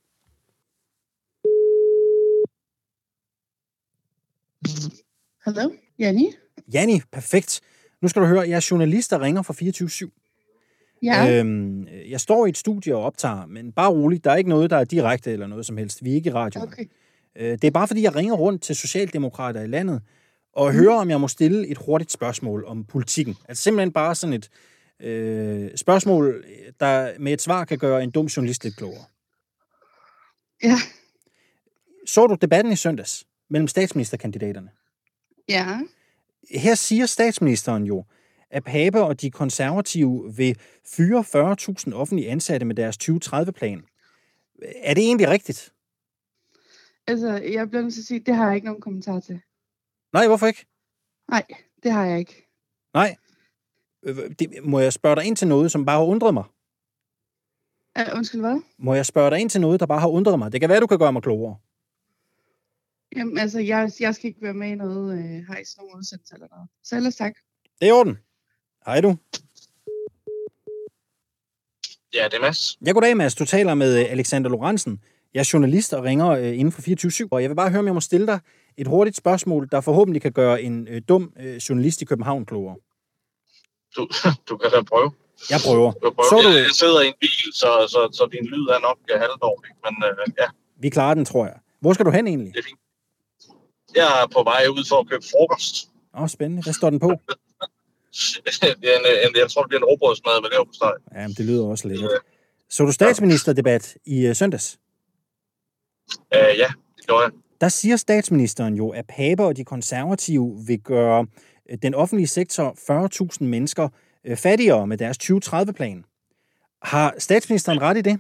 Hallo, Janni? Janni, perfekt. Nu skal du høre, jeg er journalist, der ringer fra 24/7. Ja. Jeg står i et studie og optager, men bare roligt, der er ikke noget, der er direkte eller noget som helst. Vi er ikke i radioen. Okay. Det er bare fordi, jeg ringer rundt til socialdemokrater i landet og hører, om jeg må stille et hurtigt spørgsmål om politikken. Altså simpelthen bare sådan et spørgsmål, der med et svar kan gøre en dum journalist lidt klogere. Ja. Så du debatten i søndags mellem statsministerkandidaterne? Ja. Her siger statsministeren jo, at Pape og de konservative vil fyre 40.000 offentlige ansatte med deres 2030-plan. Er det egentlig rigtigt? Altså, jeg bliver nødt til at sige, det har jeg ikke nogen kommentar til. Nej, hvorfor ikke? Nej, det har jeg ikke. Nej. Må jeg spørge dig ind til noget, som bare har undret mig? Undskyld, hvad? Må jeg spørge dig ind til noget, der bare har undret mig? Det kan være, du kan gøre mig klogere. Jamen, altså, jeg skal ikke være med i noget hejs, nogen udsendelse eller noget. Så ellers tak. Det er i orden. Hej du. Ja, det er Mads. Ja, goddag Mads. Du taler med Alexander Lorentzen. Jeg er journalist og ringer inden for 24/7, og jeg vil bare høre, om jeg må stille dig et hurtigt spørgsmål, der forhåbentlig kan gøre en dum journalist i København klogere. Du kan da prøve. Jeg prøver. Jeg sidder i en bil, så din lyd er nok halvdårlig, men ja. Vi klarer den, tror jeg. Hvor skal du hen egentlig? Det er fint. Jeg er på vej ud for at købe frokost. Spændende. Hvad står den på? Jeg tror, det bliver en rugbrødsmad med leverpostej. Ja, det lyder også lækkert. Så du statsministerdebat i søndags? Ja, det gjorde jeg. der siger statsministeren jo, at Pape og de konservative vil gøre den offentlige sektor 40.000 mennesker fattigere med deres 2030-plan. Har statsministeren ret i det?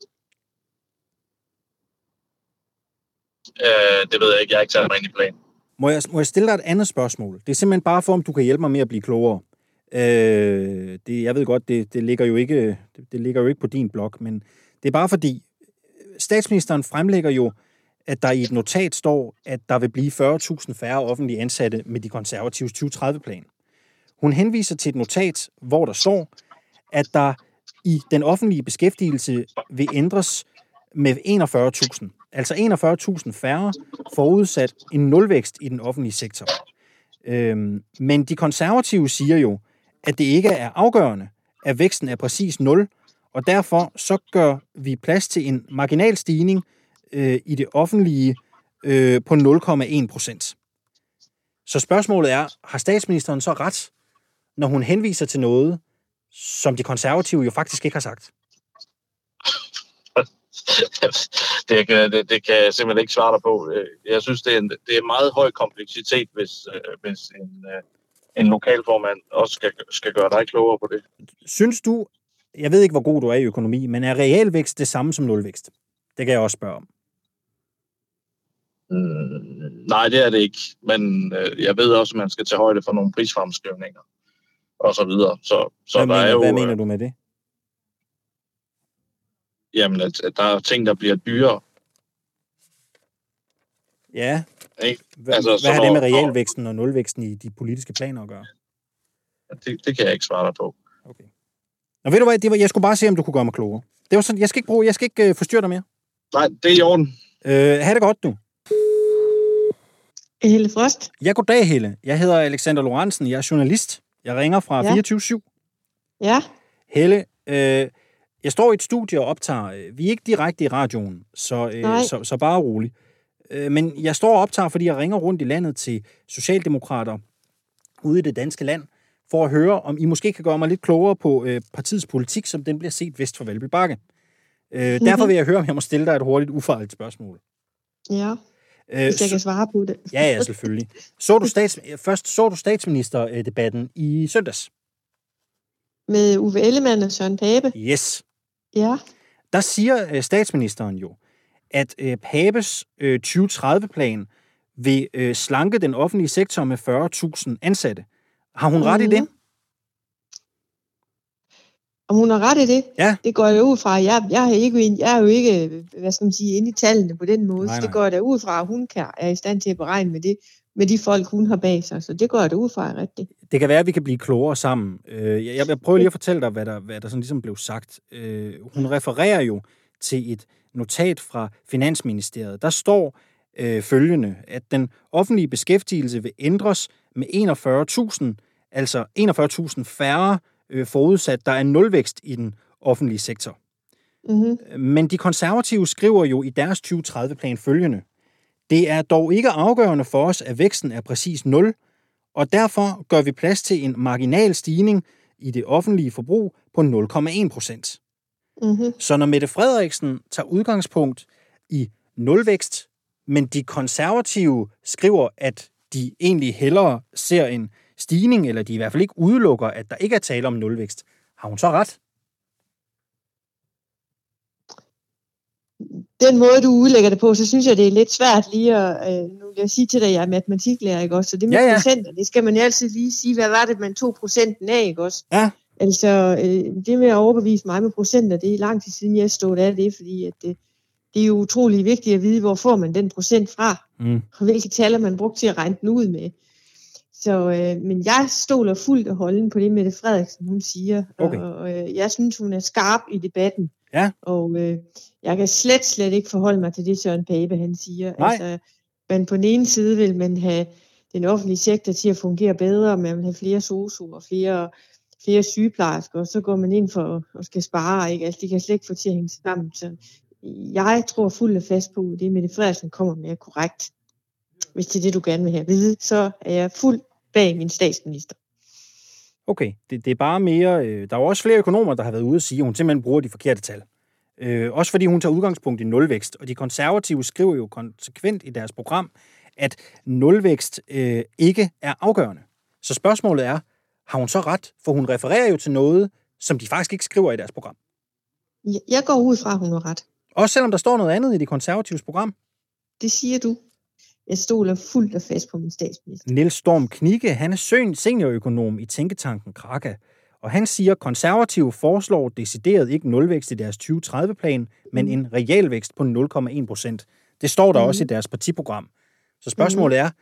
Det ved jeg ikke. Jeg har ikke sat mig ind i planen. Må jeg stille dig et andet spørgsmål? Det er simpelthen bare for, om du kan hjælpe mig med at blive klogere. Jeg ved godt, det ligger jo ikke på din blog, men det er bare fordi, statsministeren fremlægger jo, at der i et notat står, at der vil blive 40.000 færre offentlige ansatte med de konservatives 2030-plan. Hun henviser til et notat, hvor der står, at der i den offentlige beskæftigelse vil ændres med 41.000. Altså 41.000 færre forudsat en nulvækst i den offentlige sektor. Men de konservative siger jo, at det ikke er afgørende, at væksten er præcis 0, og derfor så gør vi plads til en marginal stigning i det offentlige på 0,1%. Så spørgsmålet er, har statsministeren så ret, når hun henviser til noget, som de konservative jo faktisk ikke har sagt? Det kan jeg simpelthen ikke svare dig på. Jeg synes, det er meget høj kompleksitet, hvis en lokalformand også skal gøre dig klogere på det. Synes du, jeg ved ikke, hvor god du er i økonomi, men er realvækst det samme som nulvækst? Det kan jeg også spørge om. Nej, det er det ikke. Men jeg ved også, at man skal tage højde for nogle prisfremskrivninger og så videre. Hvad mener du med det? Jamen, at der er ting, der bliver dyrere. Ja. Hvad har det med realvæksten og nulvæksten i de politiske planer at gøre? Det kan jeg ikke svare dig på. Okay. Nå, ved du hvad, jeg skulle bare se, om du kunne gøre mig klogere. Det var sådan, jeg skal ikke forstyrre dig mere. Nej, det er i orden. Ha' det godt, du. Helle Frost. Ja, goddag, Helle. Jeg hedder Alexander Lorentzen. Jeg er journalist. Jeg ringer fra 24/7. Ja. Helle, jeg står i et studie og optager. Vi er ikke direkte i radioen, så bare rolig. Men jeg står og optager, fordi jeg ringer rundt i landet til socialdemokrater ude i det danske land, for at høre, om I måske kan gøre mig lidt klogere på partiets politik, som den bliver set vest for Valby Bakke. Derfor vil jeg høre, om jeg må stille dig et hurtigt, ufarligt spørgsmål. Ja, hvis jeg kan svare på det. Ja, selvfølgelig. Så du statsministerdebatten i søndags? Med Uffe Ellemann og Søren Pape? Yes. Ja. Der siger statsministeren jo, at Papes 2030-plan vil slanke den offentlige sektor med 40.000 ansatte. Har hun ret i det? Om hun har ret i det? Ja. Det går jeg ud fra. Jeg er jo ikke, hvad skal man sige, inde i tallene på den måde. Nej. Det går jeg da ud fra, at hun er i stand til at beregne med det, med de folk, hun har bag sig. Så det går jeg da ud fra rigtigt. Det kan være, at vi kan blive klogere sammen. Jeg prøver lige at fortælle dig, hvad der sådan ligesom blev sagt. Hun refererer jo til et notat fra Finansministeriet. Der står følgende, at den offentlige beskæftigelse vil ændres med 41.000, altså 41.000 færre forudsat, der er nulvækst i den offentlige sektor. Mm-hmm. Men de konservative skriver jo i deres 2030-plan følgende: det er dog ikke afgørende for os, at væksten er præcis 0, og derfor gør vi plads til en marginal stigning i det offentlige forbrug på 0,1%. Mm-hmm. Så når Mette Frederiksen tager udgangspunkt i nulvækst, men de konservative skriver, at de egentlig hellere ser en stigning, eller de i hvert fald ikke udelukker, at der ikke er tale om nulvækst, har hun så ret? Den måde, du udlægger det på, så synes jeg, det er lidt svært lige at... nu vil jeg sige til dig, at jeg er matematiklærer, ikke også? Så det med procenter, det skal man jo altid lige sige, hvad var det, man tog procenten af, ikke også? Ja. Altså, det med at overbevise mig med procenter, det er lang tid siden, jeg stod af det, fordi at det er jo utrolig vigtigt at vide, hvor får man den procent fra, og hvilke tal man brugt til at regne den ud med. Så, men jeg stoler fuldt og holden på det, Mette Frederiksen, hun siger, og jeg synes, hun er skarp i debatten. Ja. Og jeg kan slet ikke forholde mig til det, Søren Pape, han siger. Altså, men på den ene side vil man have den offentlige sektor til at fungere bedre, og man vil have flere sosu'er og flere sygeplejersker, og så går man ind for at skal spare, ikke? Altså, de kan slet ikke få til at hænge sammen. Så jeg tror fuldt og fast på, at det Mette Frederiksen kommer med er korrekt. Hvis det er det, du gerne vil have at vide, så er jeg fuldt bag min statsminister. Okay, det er bare mere... der er jo også flere økonomer, der har været ude at sige, at hun simpelthen bruger de forkerte tal. Også fordi hun tager udgangspunkt i nulvækst. Og de konservative skriver jo konsekvent i deres program, at nulvækst ikke er afgørende. Så spørgsmålet er, har hun så ret? For hun refererer jo til noget, som de faktisk ikke skriver i deres program. Jeg går ud fra, at hun har ret. Også selvom der står noget andet i de konservatives program? Det siger du. Jeg stoler fuldt og fast på min statsminister. Niels Storm Knigge, han er seniorøkonom i tænketanken Kraka. Og han siger, at konservative foreslår decideret ikke nulvækst i deres 2030-plan, men en realvækst på 0,1%. Det står der også i deres partiprogram. Så spørgsmålet er,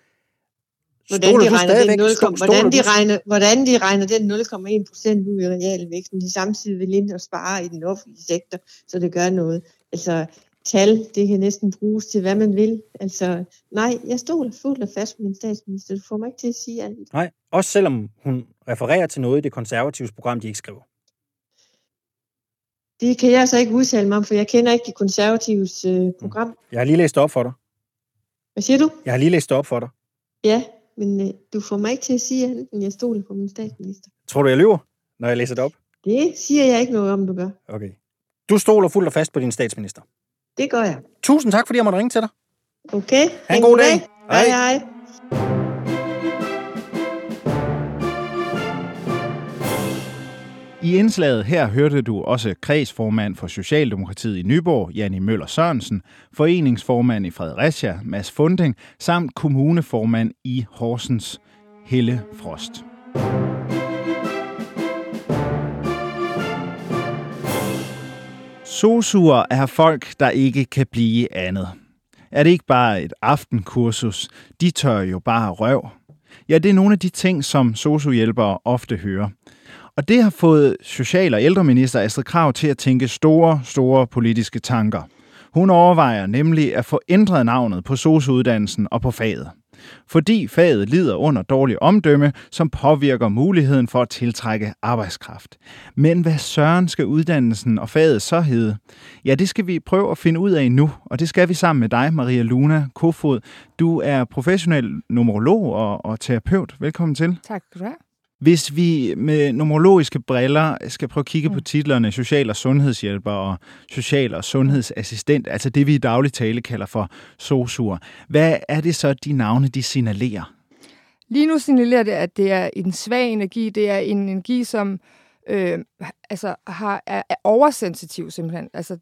hvordan de regner den 0,1% ud i realvæksten, de samtidig vil ind og spare i den offentlige sektor, så det gør noget. Altså, tal, det kan næsten bruges til, hvad man vil. Altså, nej, jeg stoler fuldt og fast på min statsminister. Du får mig ikke til at sige andet. Nej, også selvom hun refererer til noget i det konservatives program, de ikke skriver. Det kan jeg så ikke udtale mig om, for jeg kender ikke de konservatives program. Jeg har lige læst det op for dig. Hvad siger du? Jeg har lige læst det op for dig. Ja, men du får mig ikke til at sige andet, end jeg stoler på min statsminister. Tror du, jeg lyver, når jeg læser det op? Det siger jeg ikke noget om, du gør. Okay. Du stoler fuldt og fast på din statsminister? Det gør jeg. Tusind tak, fordi jeg måtte ringe til dig. Okay. Ha' en god dag. Hej, hej. I indslaget her hørte du også kredsformand for Socialdemokratiet i Nyborg, Janni Møller Sørensen, foreningsformand i Fredericia, Mads Funding, samt kommuneformand i Horsens, Helle Frost. Sosuer er folk, der ikke kan blive andet. Er det ikke bare et aftenkursus? De tør jo bare røv. Ja, det er nogle af de ting, som sosu-hjælpere ofte hører. Og det har fået social- og ældreminister Astrid Krag til at tænke store politiske tanker. Hun overvejer nemlig at få ændret navnet på sosu-uddannelsen og på faget. Fordi faget lider under dårlig omdømme, som påvirker muligheden for at tiltrække arbejdskraft. Men hvad søren skal uddannelsen og faget så hedde? Ja, det skal vi prøve at finde ud af nu, og det skal vi sammen med dig, Maria Luna Kofod. Du er professionel numerolog og terapeut. Velkommen til. Tak skal du have. Hvis vi med numerologiske briller skal prøve at kigge på titlerne social- og sundhedshjælper og social- og sundhedsassistent, altså det vi i daglig tale kalder for sosuer, hvad er det så, de navne de signalerer? Lige nu signalerer det, at det er en svag energi. Det er en energi, som er oversensitiv simpelthen. Altså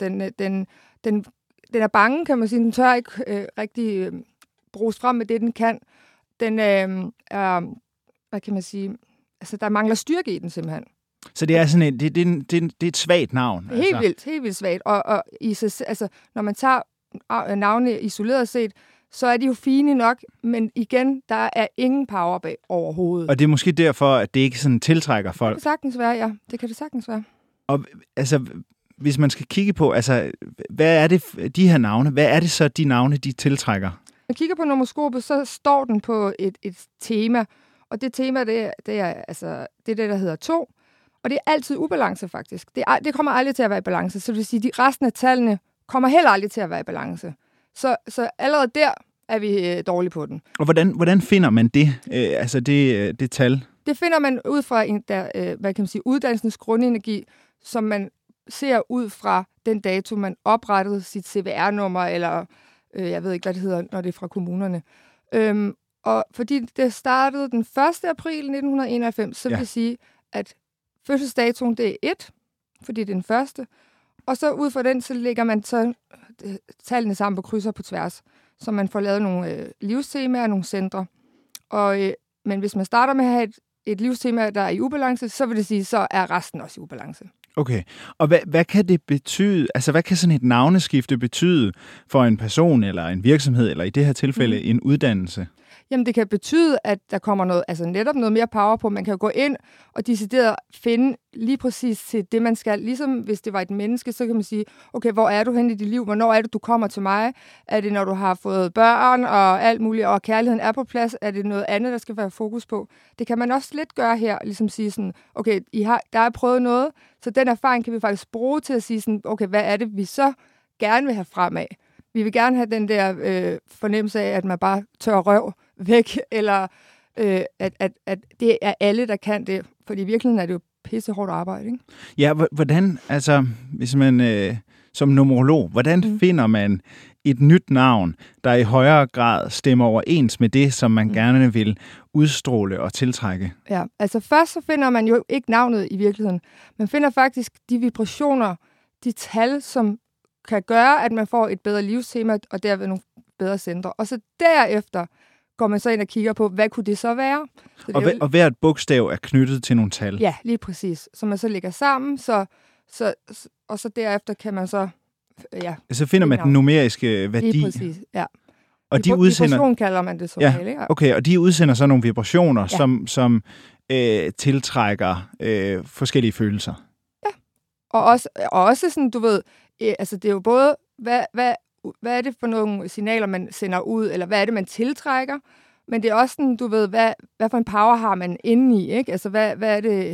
den er bange, kan man sige. Den tør ikke rigtig bruges frem med det, den kan. Den er, hvad kan man sige... Altså, der mangler styrke i den simpelthen. Så det er sådan det er et svagt navn? Helt vildt svagt. Og når man tager navne isoleret set, så er de jo fine nok, men igen, der er ingen power bag overhovedet. Og det er måske derfor, at det ikke sådan tiltrækker folk? Det kan sagtens være, ja. Det kan det sagtens være. Og altså, hvis man skal kigge på, altså, hvad er det, de her navne, hvad er det så, de navne, de tiltrækker? Når man kigger på nomoskopet, så står den på et tema. Og det tema, det er det, der hedder 2. Og det er altid ubalance, faktisk. Det kommer aldrig til at være i balance. Så det vil sige, at resten af tallene kommer heller aldrig til at være i balance. Så allerede der er vi dårlige på den. Og hvordan finder man det, det tal? Det finder man ud fra uddannelsens grundenergi, som man ser ud fra den dato, man oprettede sit CVR-nummer, eller jeg ved ikke, hvad det hedder, når det er fra kommunerne. Og fordi det startede den 1. april 1991, så vil jeg sige, at fødselsdatoen det er 1, fordi det er den første. Og så ud fra den, så lægger man så tallene sammen på krydser på tværs, så man får lavet nogle livstemaer og nogle centre. Men hvis man starter med at have et livstema, der er i ubalance, så vil det sige, så er resten også i ubalance. Okay, og hvad kan det betyde, altså hvad kan sådan et navneskifte betyde for en person eller en virksomhed, eller i det her tilfælde en uddannelse? Jamen, det kan betyde, at der kommer netop noget mere power på. Man kan jo gå ind og decideret finde lige præcis til det, man skal. Ligesom hvis det var et menneske, så kan man sige, okay, hvor er du henne i dit liv? Hvornår er det, du kommer til mig? Er det, når du har fået børn og alt muligt, og kærligheden er på plads? Er det noget andet, der skal være fokus på? Det kan man også lidt gøre her, ligesom sige sådan, okay, der er prøvet noget, så den erfaring kan vi faktisk bruge til at sige sådan, okay, hvad er det, vi så gerne vil have fremad? Vi vil gerne have den der fornemmelse af, at man bare tør røv væk, eller at det er alle, der kan det. For i virkeligheden er det jo pissehårdt arbejde, ikke? Ja, hvordan, altså, hvis man som numerolog, hvordan finder man et nyt navn, der i højere grad stemmer overens med det, som man gerne vil udstråle og tiltrække? Ja, altså først så finder man jo ikke navnet i virkeligheden. Man finder faktisk de vibrationer, de tal, som kan gøre, at man får et bedre livstema, og derved nogle bedre centre. Og så derefter går man så ind og kigger på, hvad kunne det så være? Så og hvert bogstav er knyttet til nogle tal? Ja, lige præcis. Så man så lægger sammen, og så derefter kan man så... Ja, så finder man den numeriske værdi? Lige præcis, ja. Og de udsender... Vibration kalder man det så. Ja, ikke? Okay, og de udsender så nogle vibrationer, som tiltrækker forskellige følelser? Ja, og også sådan, du ved, altså det er jo både, hvad er det for nogle signaler, man sender ud, eller hvad er det, man tiltrækker, men det er også sådan, du ved, hvad for en power har man inde i, ikke? Altså, hvad er det,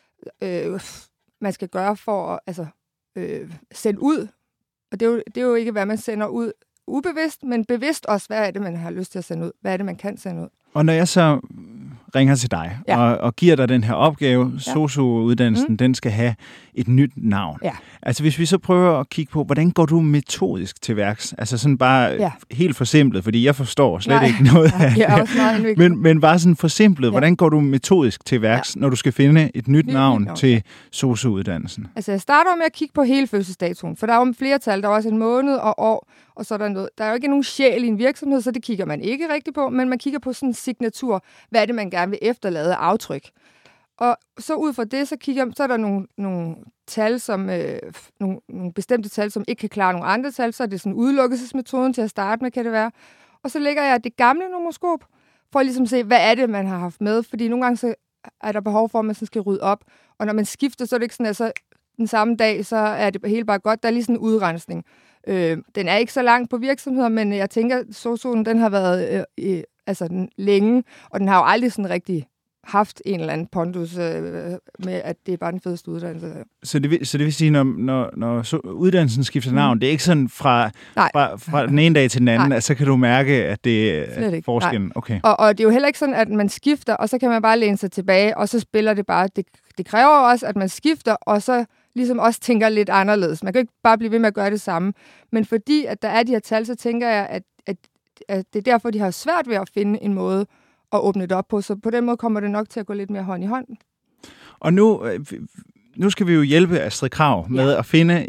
man skal gøre for at sende ud? Og det er jo ikke, hvad man sender ud ubevidst, men bevidst også, hvad er det, man har lyst til at sende ud? Hvad er det, man kan sende ud? Og når jeg så ringer til dig og giver dig den her opgave, sosu-uddannelsen, den skal have et nyt navn. Ja. Altså hvis vi så prøver at kigge på, hvordan går du metodisk til værks? Altså sådan bare helt forsimplet, fordi jeg forstår slet ikke noget af det. Men bare sådan forsimplet, hvordan går du metodisk til værks, når du skal finde et nyt navn til sosu-uddannelsen? Altså jeg starter med at kigge på hele fødselsdatoen, for der er jo flere tal. Der er også en måned og år, og så er der noget. Der er jo ikke nogen sjæl i en virksomhed, så det kigger man ikke rigtig på, men man kigger på sådan en signatur. Hvad er det, man gerne vil efterlade aftryk? Og så ud fra det, så er der nogle tal, som nogle bestemte tal, som ikke kan klare nogle andre tal. Så er det sådan udelukkelsesmetoden til at starte med, kan det være. Og så lægger jeg det gamle numeroskop, for at ligesom se, hvad er det, man har haft med. Fordi nogle gange så er der behov for, at man skal rydde op. Og når man skifter, så er det ikke sådan, at så den samme dag, så er det helt bare godt. Der er lige sådan en udrensning. Den er ikke så langt på virksomheder, men jeg tænker, at sosu'en, den har været længe, og den har jo aldrig sådan rigtig haft en eller anden pondus med, at det er bare den fedeste uddannelse. Så det vil sige, når uddannelsen skifter navn, det er ikke sådan fra den ene dag til den anden, at så kan du mærke, at det er forskellen. Okay. Og det er jo heller ikke sådan, at man skifter, og så kan man bare læne sig tilbage, og så spiller det bare. Det kræver også, at man skifter, og så ligesom også tænker lidt anderledes. Man kan ikke bare blive ved med at gøre det samme. Men fordi at der er de her tal, så tænker jeg, at det er derfor, de har svært ved at finde en måde at åbne det op på. Så på den måde kommer det nok til at gå lidt mere hånd i hånd. Og nu skal vi jo hjælpe Astrid Krag med at finde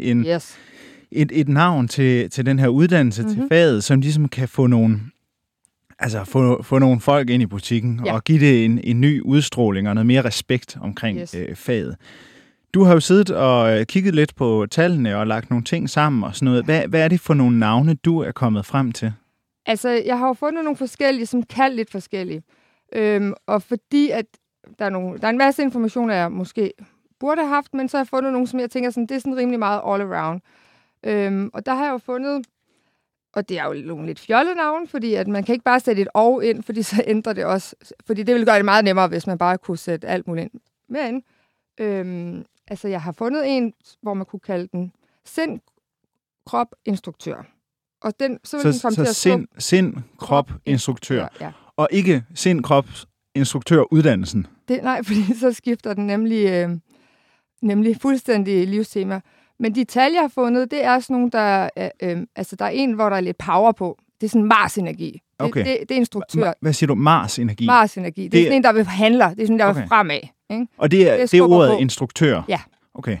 et navn til den her uddannelse, til faget, som ligesom kan få nogle folk ind i butikken og give det en ny udstråling og noget mere respekt omkring faget. Du har jo siddet og kigget lidt på tallene og lagt nogle ting sammen og sådan noget. Hvad er det for nogle navne, du er kommet frem til? Altså, jeg har jo fundet nogle forskellige, som kan lidt forskellige. Og fordi at der er en masse information, jeg måske burde have haft, men så har jeg fundet nogle, som jeg tænker, sådan, det er sådan rimelig meget all around. Og der har jeg jo fundet, og det er jo nogle lidt fjollede navne, fordi at man kan ikke bare sætte et og ind, fordi så ændrer det også. Fordi det ville gøre det meget nemmere, hvis man bare kunne sætte alt muligt ind. Men altså, jeg har fundet en, hvor man kunne kalde den sind, krop, instruktør. Og den, så vil den komme til at sind, krop, instruktør. Ja. Og ikke sind, krop, instruktør, uddannelsen. Nej, fordi så skifter den nemlig fuldstændig livstema. Men de tal, jeg har fundet, det er sådan nogle, der er en, hvor der er lidt power på. Det er sådan Mars-energi. Okay. Det er instruktør. Hvad siger du? Mars-energi? Mars-energi. Det er sådan en, der vil handle. Det er sådan en, der vil fremad. Ikke? Og det er ordet på. Instruktør? Ja. Okay.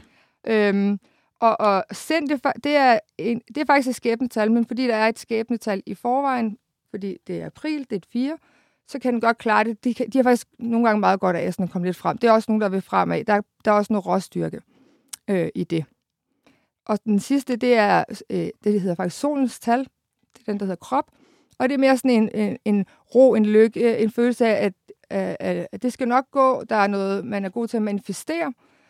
Og sind, det er faktisk et skæbnetal, men fordi der er et skæbnetal i forvejen, fordi det er april, det er et 4, så kan den godt klare det. De har faktisk nogle gange meget godt af sådan at komme lidt frem. Det er også nogen, der vil fremad. Der er også noget råstyrke i det. Og den sidste, det er, det hedder faktisk solens tal. Det er den, der hedder krop. Og det er mere sådan en ro, en lykke, en følelse af, at det skal nok gå. Der er noget, man er god til at manifestere.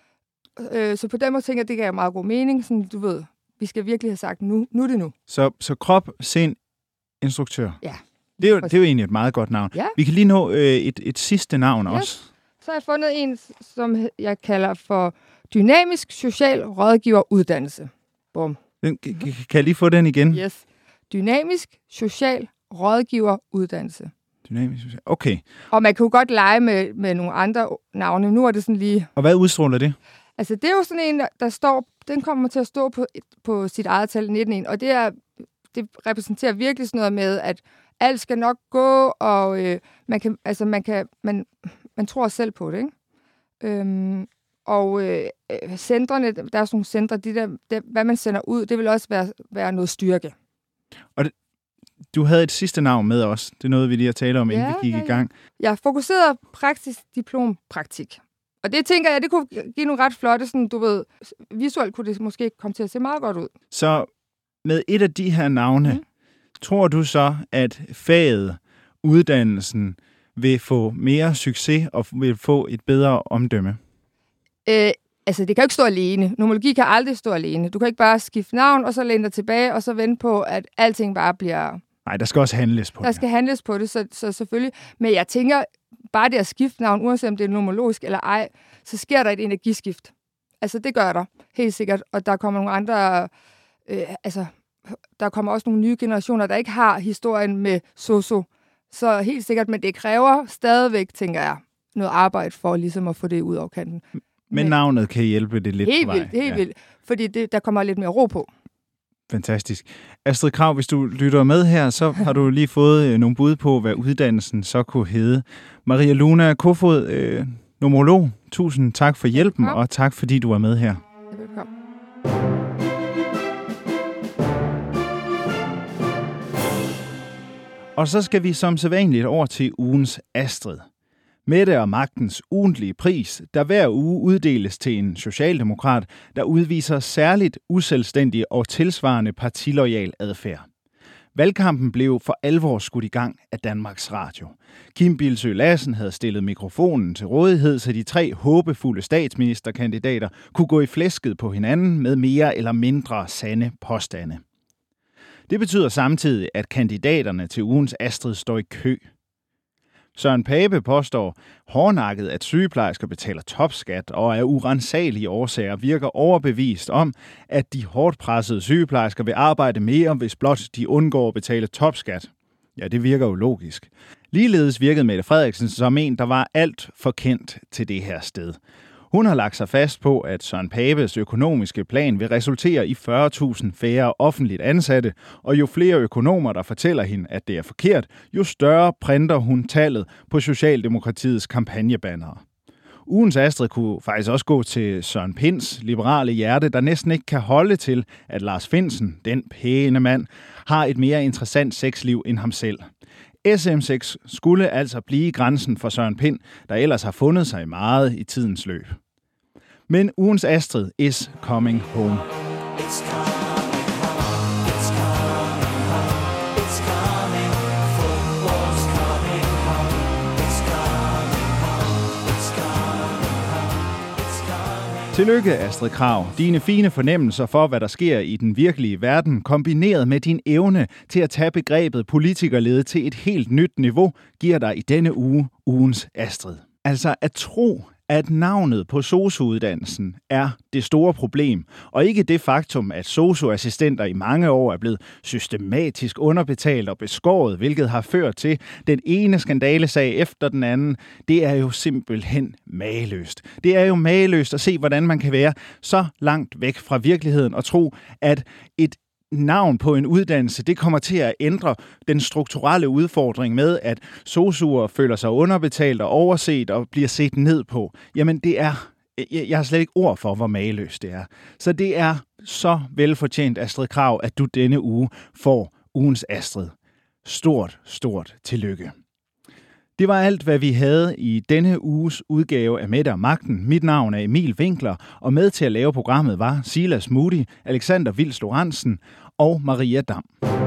Så på den måde tænker jeg, det giver meget god mening. Sådan, du ved, vi skal virkelig have sagt, nu er det nu. Så krop, sind, instruktør. Ja. Det er jo egentlig et meget godt navn. Ja. Vi kan lige nå et sidste navn også. Så har jeg fundet en, som jeg kalder for dynamisk social rådgiver uddannelse. Bum. Kan jeg lige få den igen? Yes. Dynamisk social rådgiver uddannelse. Dynamisk social. Okay. Og man kan jo godt lege med nogle andre navne. Nu er det sådan lige... Og hvad udstråler det? Altså, det er jo sådan en, den kommer til at stå på sit eget tal 19, og det repræsenterer virkelig sådan noget med, at alt skal nok gå, og man tror selv på det, ikke? Centrene, der er sådan nogle centre, hvad man sender ud, det vil også være noget styrke. Og du havde et sidste navn med os. Det er noget, vi lige har talt om, inden vi gik i gang. Jeg fokuserede praktisk diplom-praktik. Og det tænker jeg, det kunne give nogle ret flotte, sådan, du ved, visuelt kunne det måske komme til at se meget godt ud. Så med et af de her navne, tror du så, at faget, uddannelsen, vil få mere succes og vil få et bedre omdømme? Altså, det kan jo ikke stå alene. Nomologi kan aldrig stå alene. Du kan ikke bare skifte navn, og så læne dig tilbage, og så vente på, at alting bare bliver... Nej, der skal også handles på det. Der skal handles på det, så selvfølgelig. Men jeg tænker, bare det at skifte navn, uanset om det er nomologisk eller ej, så sker der et energiskift. Altså, det gør der, helt sikkert. Og der kommer nogle andre... der kommer også nogle nye generationer, der ikke har historien med sosu. Så helt sikkert, men det kræver stadigvæk, tænker jeg, noget arbejde for ligesom at få det ud af kanten. Men navnet kan hjælpe det lidt på vej. Helt vildt. Fordi der kommer lidt mere ro på. Fantastisk. Astrid Krag, hvis du lytter med her, så har du lige fået nogle bud på, hvad uddannelsen så kunne hedde. Maria Luna Kofod, nomolog, tusind tak for hjælpen, og tak fordi du var med her. Velkommen. Og så skal vi som sædvanligt over til ugens Astrid. Mette og Magtens ugentlige pris, der hver uge uddeles til en socialdemokrat, der udviser særligt uselvstændig og tilsvarende partiloyal adfærd. Valgkampen blev for alvor skudt i gang af Danmarks Radio. Kim Bildsøe Lassen havde stillet mikrofonen til rådighed, så de 3 håbefulde statsministerkandidater kunne gå i flæsket på hinanden med mere eller mindre sande påstande. Det betyder samtidig, at kandidaterne til ugens Astrid står i kø. Søren Pape påstår hårdnakket, at sygeplejersker betaler topskat og af uransagelige årsager virker overbevist om, at de hårdt pressede sygeplejersker vil arbejde mere, hvis blot de undgår at betale topskat. Ja, det virker jo logisk. Ligeledes virkede Mette Frederiksen som en, der var alt for kendt til det her sted. Hun har lagt sig fast på, at Søren Papes økonomiske plan vil resultere i 40.000 færre offentligt ansatte, og jo flere økonomer, der fortæller hende, at det er forkert, jo større printer hun tallet på Socialdemokratiets kampagnebannere. Ugens Astrid kunne faktisk også gå til Søren Pinds liberale hjerte, der næsten ikke kan holde til, at Lars Findsen, den pæne mand, har et mere interessant sexliv end ham selv. SM6 skulle altså blive grænsen for Søren Pind, der ellers har fundet sig meget i tidens løb. Men ugens Astrid is coming home. Tillykke, Astrid Krag. Dine fine fornemmelser for, hvad der sker i den virkelige verden, kombineret med din evne til at tage begrebet politikerlede til et helt nyt niveau, giver dig i denne uge ugens Astrid. Altså at tro, at navnet på sosu-uddannelsen er det store problem, og ikke det faktum, at sosu-assistenter i mange år er blevet systematisk underbetalt og beskåret, hvilket har ført til den ene skandalesag efter den anden, det er jo simpelthen mageløst. Det er jo mageløst at se, hvordan man kan være så langt væk fra virkeligheden og tro, at et navn på en uddannelse, det kommer til at ændre den strukturelle udfordring med, at sosuer føler sig underbetalt og overset og bliver set ned på. Jamen det er, jeg har slet ikke ord for, hvor mageløst det er. Så det er så velfortjent, Astrid Krag, at du denne uge får ugens Astrid. Stort tillykke. Det var alt, hvad vi havde i denne uges udgave af Mette og Magten. Mit navn er Emil Winkler, og med til at lave programmet var Silas Moody, Alexander Vils Lorentzen og Maria Dam.